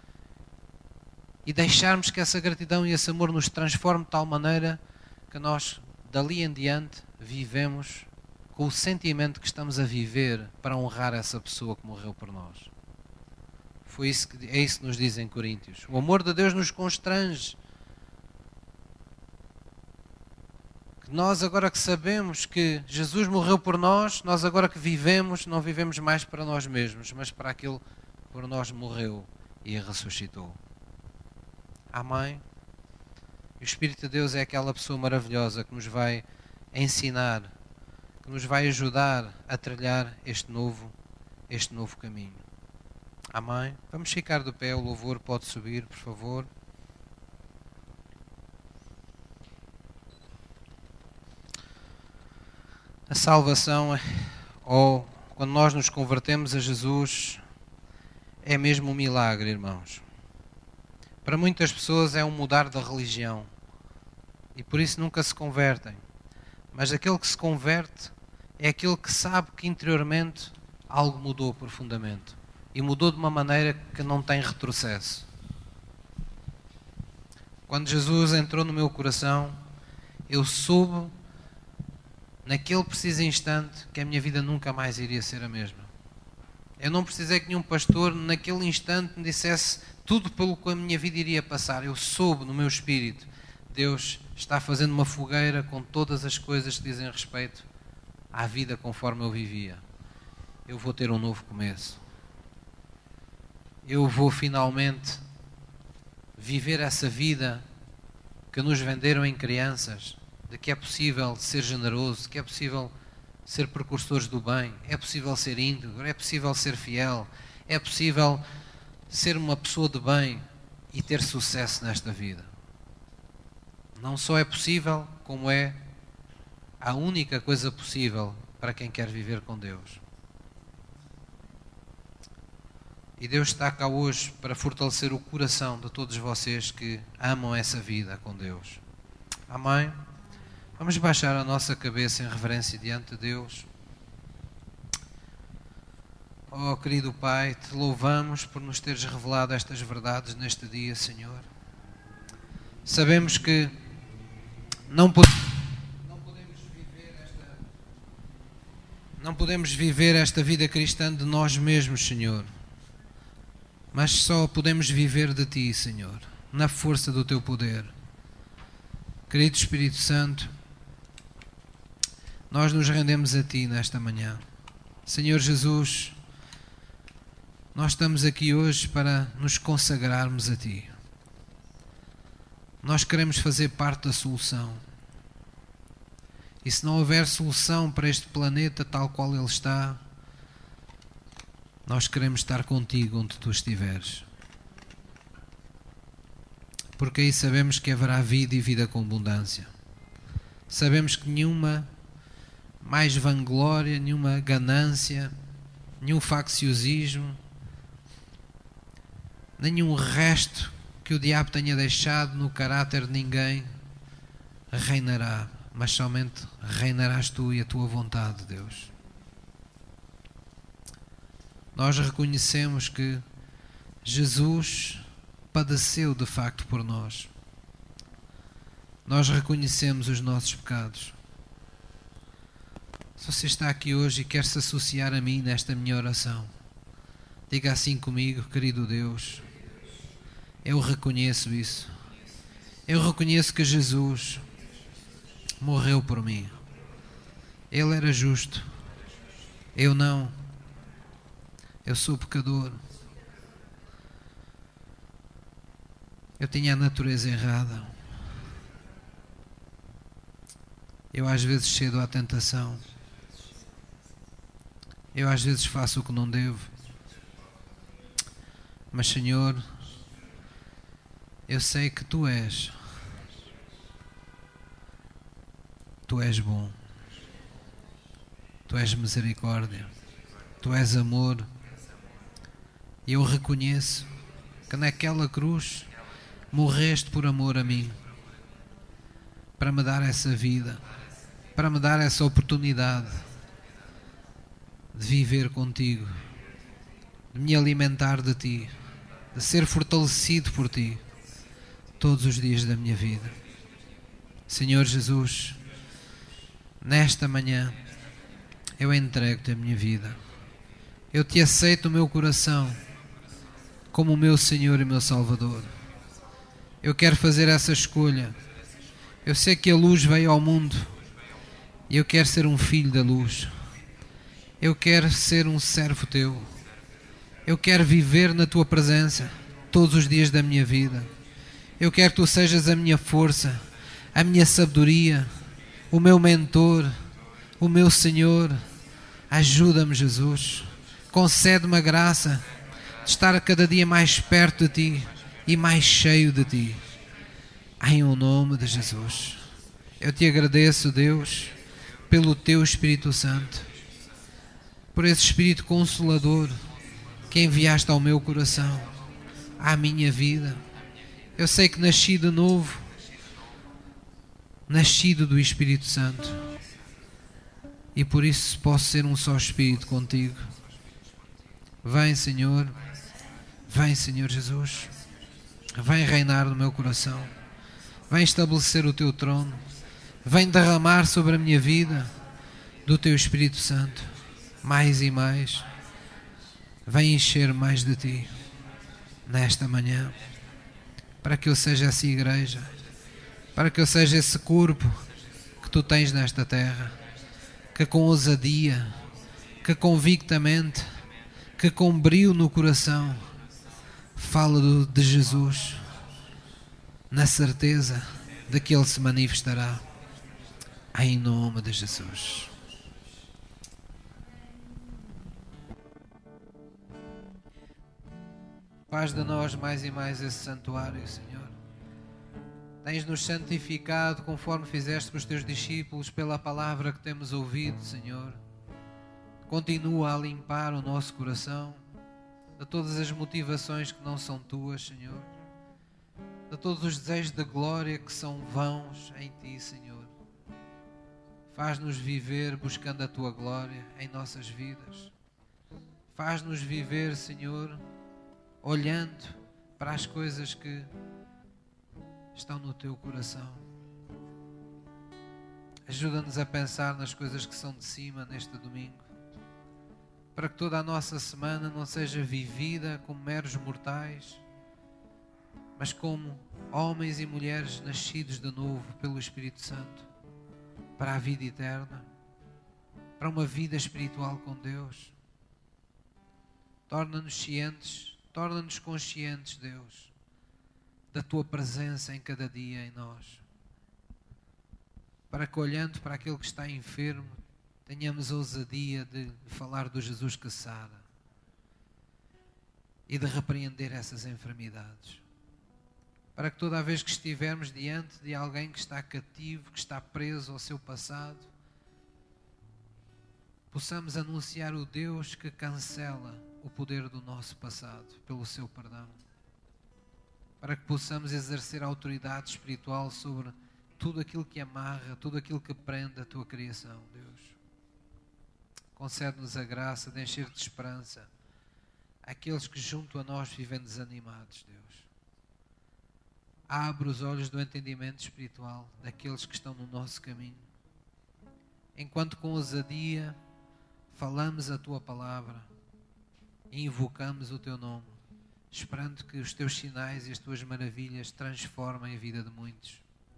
e deixarmos que essa gratidão e esse amor nos transforme de tal maneira que nós, dali em diante, vivemos com o sentimento que estamos a viver para honrar essa pessoa que morreu por nós. Foi isso que, é isso que nos diz em Coríntios. O amor de Deus nos constrange. Que nós, agora que sabemos que Jesus morreu por nós, nós agora que vivemos, não vivemos mais para nós mesmos, mas para aquele que por nós morreu e ressuscitou. Amém? E o Espírito de Deus é aquela pessoa maravilhosa que nos vai ensinar, que nos vai ajudar a trilhar este novo, este novo caminho. Amém? Vamos ficar de pé, o louvor pode subir, por favor. A salvação, ou quando nós nos convertemos a Jesus, é mesmo um milagre, irmãos. Para muitas pessoas é um mudar da religião e por isso nunca se convertem. Mas aquele que se converte é aquele que sabe que interiormente algo mudou profundamente. E mudou de uma maneira que não tem retrocesso. Quando Jesus entrou no meu coração, eu soube, naquele preciso instante, que a minha vida nunca mais iria ser a mesma. Eu não precisei que nenhum pastor, naquele instante, me dissesse tudo pelo que a minha vida iria passar. Eu soube no meu espírito, Deus está fazendo uma fogueira com todas as coisas que dizem respeito à vida conforme eu vivia. Eu vou ter um novo começo. Eu vou finalmente viver essa vida que nos venderam em crianças, de que é possível ser generoso, de que é possível ser precursores do bem, é possível ser íntegro, é possível ser fiel, É possível ser uma pessoa de bem e ter sucesso nesta vida. Não só é possível, como é a única coisa possível para quem quer viver com Deus. E Deus está cá hoje para fortalecer o coração de todos vocês que amam essa vida com Deus. Amém? Vamos baixar a nossa cabeça em reverência diante de Deus. Oh, querido Pai, te louvamos por nos teres revelado estas verdades neste dia, Senhor. Sabemos que não podemos, não podemos viver esta, não podemos viver esta vida cristã de nós mesmos, Senhor. Mas só podemos viver de Ti, Senhor, na força do Teu poder. Querido Espírito Santo, nós nos rendemos a Ti nesta manhã. Senhor Jesus, nós estamos aqui hoje para nos consagrarmos a Ti. Nós queremos fazer parte da solução. E se não houver solução para este planeta tal qual ele está, nós queremos estar contigo onde tu estiveres. Porque aí sabemos que haverá vida e vida com abundância. Sabemos que nenhuma mais vanglória, nenhuma ganância, nenhum facciosismo, nenhum resto que o diabo tenha deixado no caráter de ninguém reinará, mas somente reinarás tu e a tua vontade, Deus. Nós reconhecemos que Jesus padeceu de facto por nós. Nós reconhecemos os nossos pecados. Se você está aqui hoje e quer se associar a mim nesta minha oração, diga assim comigo: querido Deus, eu reconheço isso. Eu reconheço que Jesus morreu por mim. Ele era justo. Eu não. Eu sou pecador. Eu tinha a natureza errada. Eu às vezes cedo à tentação. Eu às vezes faço o que não devo. Mas, Senhor, eu sei que Tu és. Tu és bom. Tu és misericórdia. Tu és amor. E eu reconheço que naquela cruz morreste por amor a mim, para me dar essa vida, para me dar essa oportunidade de viver contigo, de me alimentar de Ti, de ser fortalecido por Ti todos os dias da minha vida. Senhor Jesus, nesta manhã eu entrego-te a minha vida. Eu Te aceito no meu coração como o meu Senhor e meu Salvador. Eu quero fazer essa escolha. Eu sei que a luz veio ao mundo e eu quero ser um filho da luz. Eu quero ser um servo Teu. Eu quero viver na Tua presença todos os dias da minha vida. Eu quero que Tu sejas a minha força, a minha sabedoria, o meu mentor, o meu Senhor. Ajuda-me, Jesus. Concede-me a graça de estar cada dia mais perto de Ti e mais cheio de Ti. Em o nome de Jesus. Eu Te agradeço, Deus, pelo Teu Espírito Santo, por esse Espírito Consolador que enviaste ao meu coração, à minha vida. Eu sei que nasci de novo, nascido do Espírito Santo, e por isso posso ser um só Espírito contigo. Vem, Senhor, vem, Senhor Jesus, vem reinar no meu coração, vem estabelecer o Teu trono, vem derramar sobre a minha vida do Teu Espírito Santo, mais e mais. Vem encher mais de Ti nesta manhã, para que eu seja essa igreja, para que eu seja esse corpo que Tu tens nesta terra, que com ousadia, que convictamente, que com brio no coração fala do, de Jesus, na certeza de que Ele se manifestará, em nome de Jesus. Faz de nós mais e mais esse santuário, Senhor. Tens-nos santificado conforme fizeste com os teus discípulos pela palavra que temos ouvido, Senhor. Continua a limpar o nosso coração de todas as motivações que não são tuas, Senhor. De todos os desejos de glória que são vãos em Ti, Senhor. Faz-nos viver buscando a Tua glória em nossas vidas. Faz-nos viver, Senhor, olhando para as coisas que estão no Teu coração. Ajuda-nos a pensar nas coisas que são de cima neste domingo, para que toda a nossa semana não seja vivida como meros mortais, mas como homens e mulheres nascidos de novo pelo Espírito Santo, para a vida eterna, para uma vida espiritual com Deus. Torna-nos cientes, torna-nos conscientes, Deus, da Tua presença em cada dia em nós, para que, olhando para aquele que está enfermo, tenhamos a ousadia de falar do Jesus que sara e de repreender essas enfermidades, para que toda a vez que estivermos diante de alguém que está cativo, que está preso ao seu passado, possamos anunciar o Deus que cancela o poder do nosso passado pelo seu perdão, para que possamos exercer a autoridade espiritual sobre tudo aquilo que amarra, tudo aquilo que prende a Tua criação, Deus. Concede-nos a graça de encher de esperança aqueles que junto a nós vivem desanimados, Deus. Abre os olhos do entendimento espiritual daqueles que estão no nosso caminho, enquanto com ousadia falamos a Tua palavra e invocamos o Teu nome, esperando que os Teus sinais e as Tuas maravilhas transformem a vida de muitos.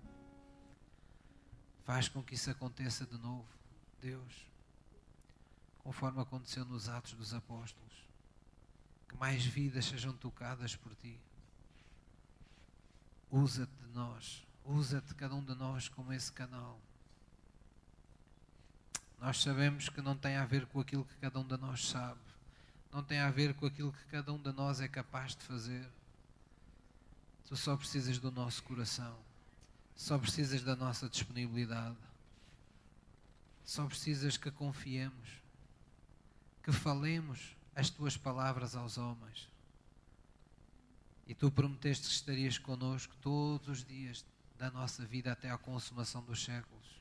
Faz com que isso aconteça de novo, Deus, conforme aconteceu nos Atos dos Apóstolos. Que mais vidas sejam tocadas por Ti. Usa-te de nós, usa-te cada um de nós como esse canal. Nós sabemos que não tem a ver com aquilo que cada um de nós sabe, não tem a ver com aquilo que cada um de nós é capaz de fazer. Tu só precisas do nosso coração, só precisas da nossa disponibilidade, só precisas que confiemos, que falemos as Tuas palavras aos homens. E Tu prometeste que estarias connosco todos os dias da nossa vida até à consumação dos séculos,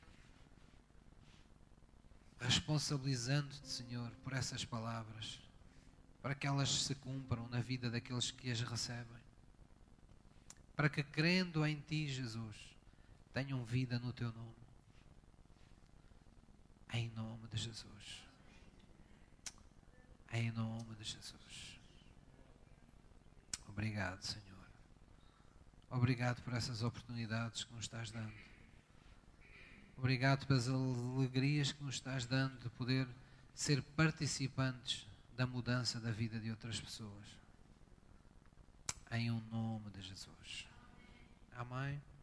responsabilizando-te, Senhor, por essas palavras, para que elas se cumpram na vida daqueles que as recebem, para que, crendo em Ti, Jesus, tenham vida no Teu nome. Em nome de Jesus. Em nome de Jesus. Obrigado, Senhor. Obrigado por essas oportunidades que nos estás dando. Obrigado pelas alegrias que nos estás dando de poder ser participantes da mudança da vida de outras pessoas. Em um nome de Jesus. Amém.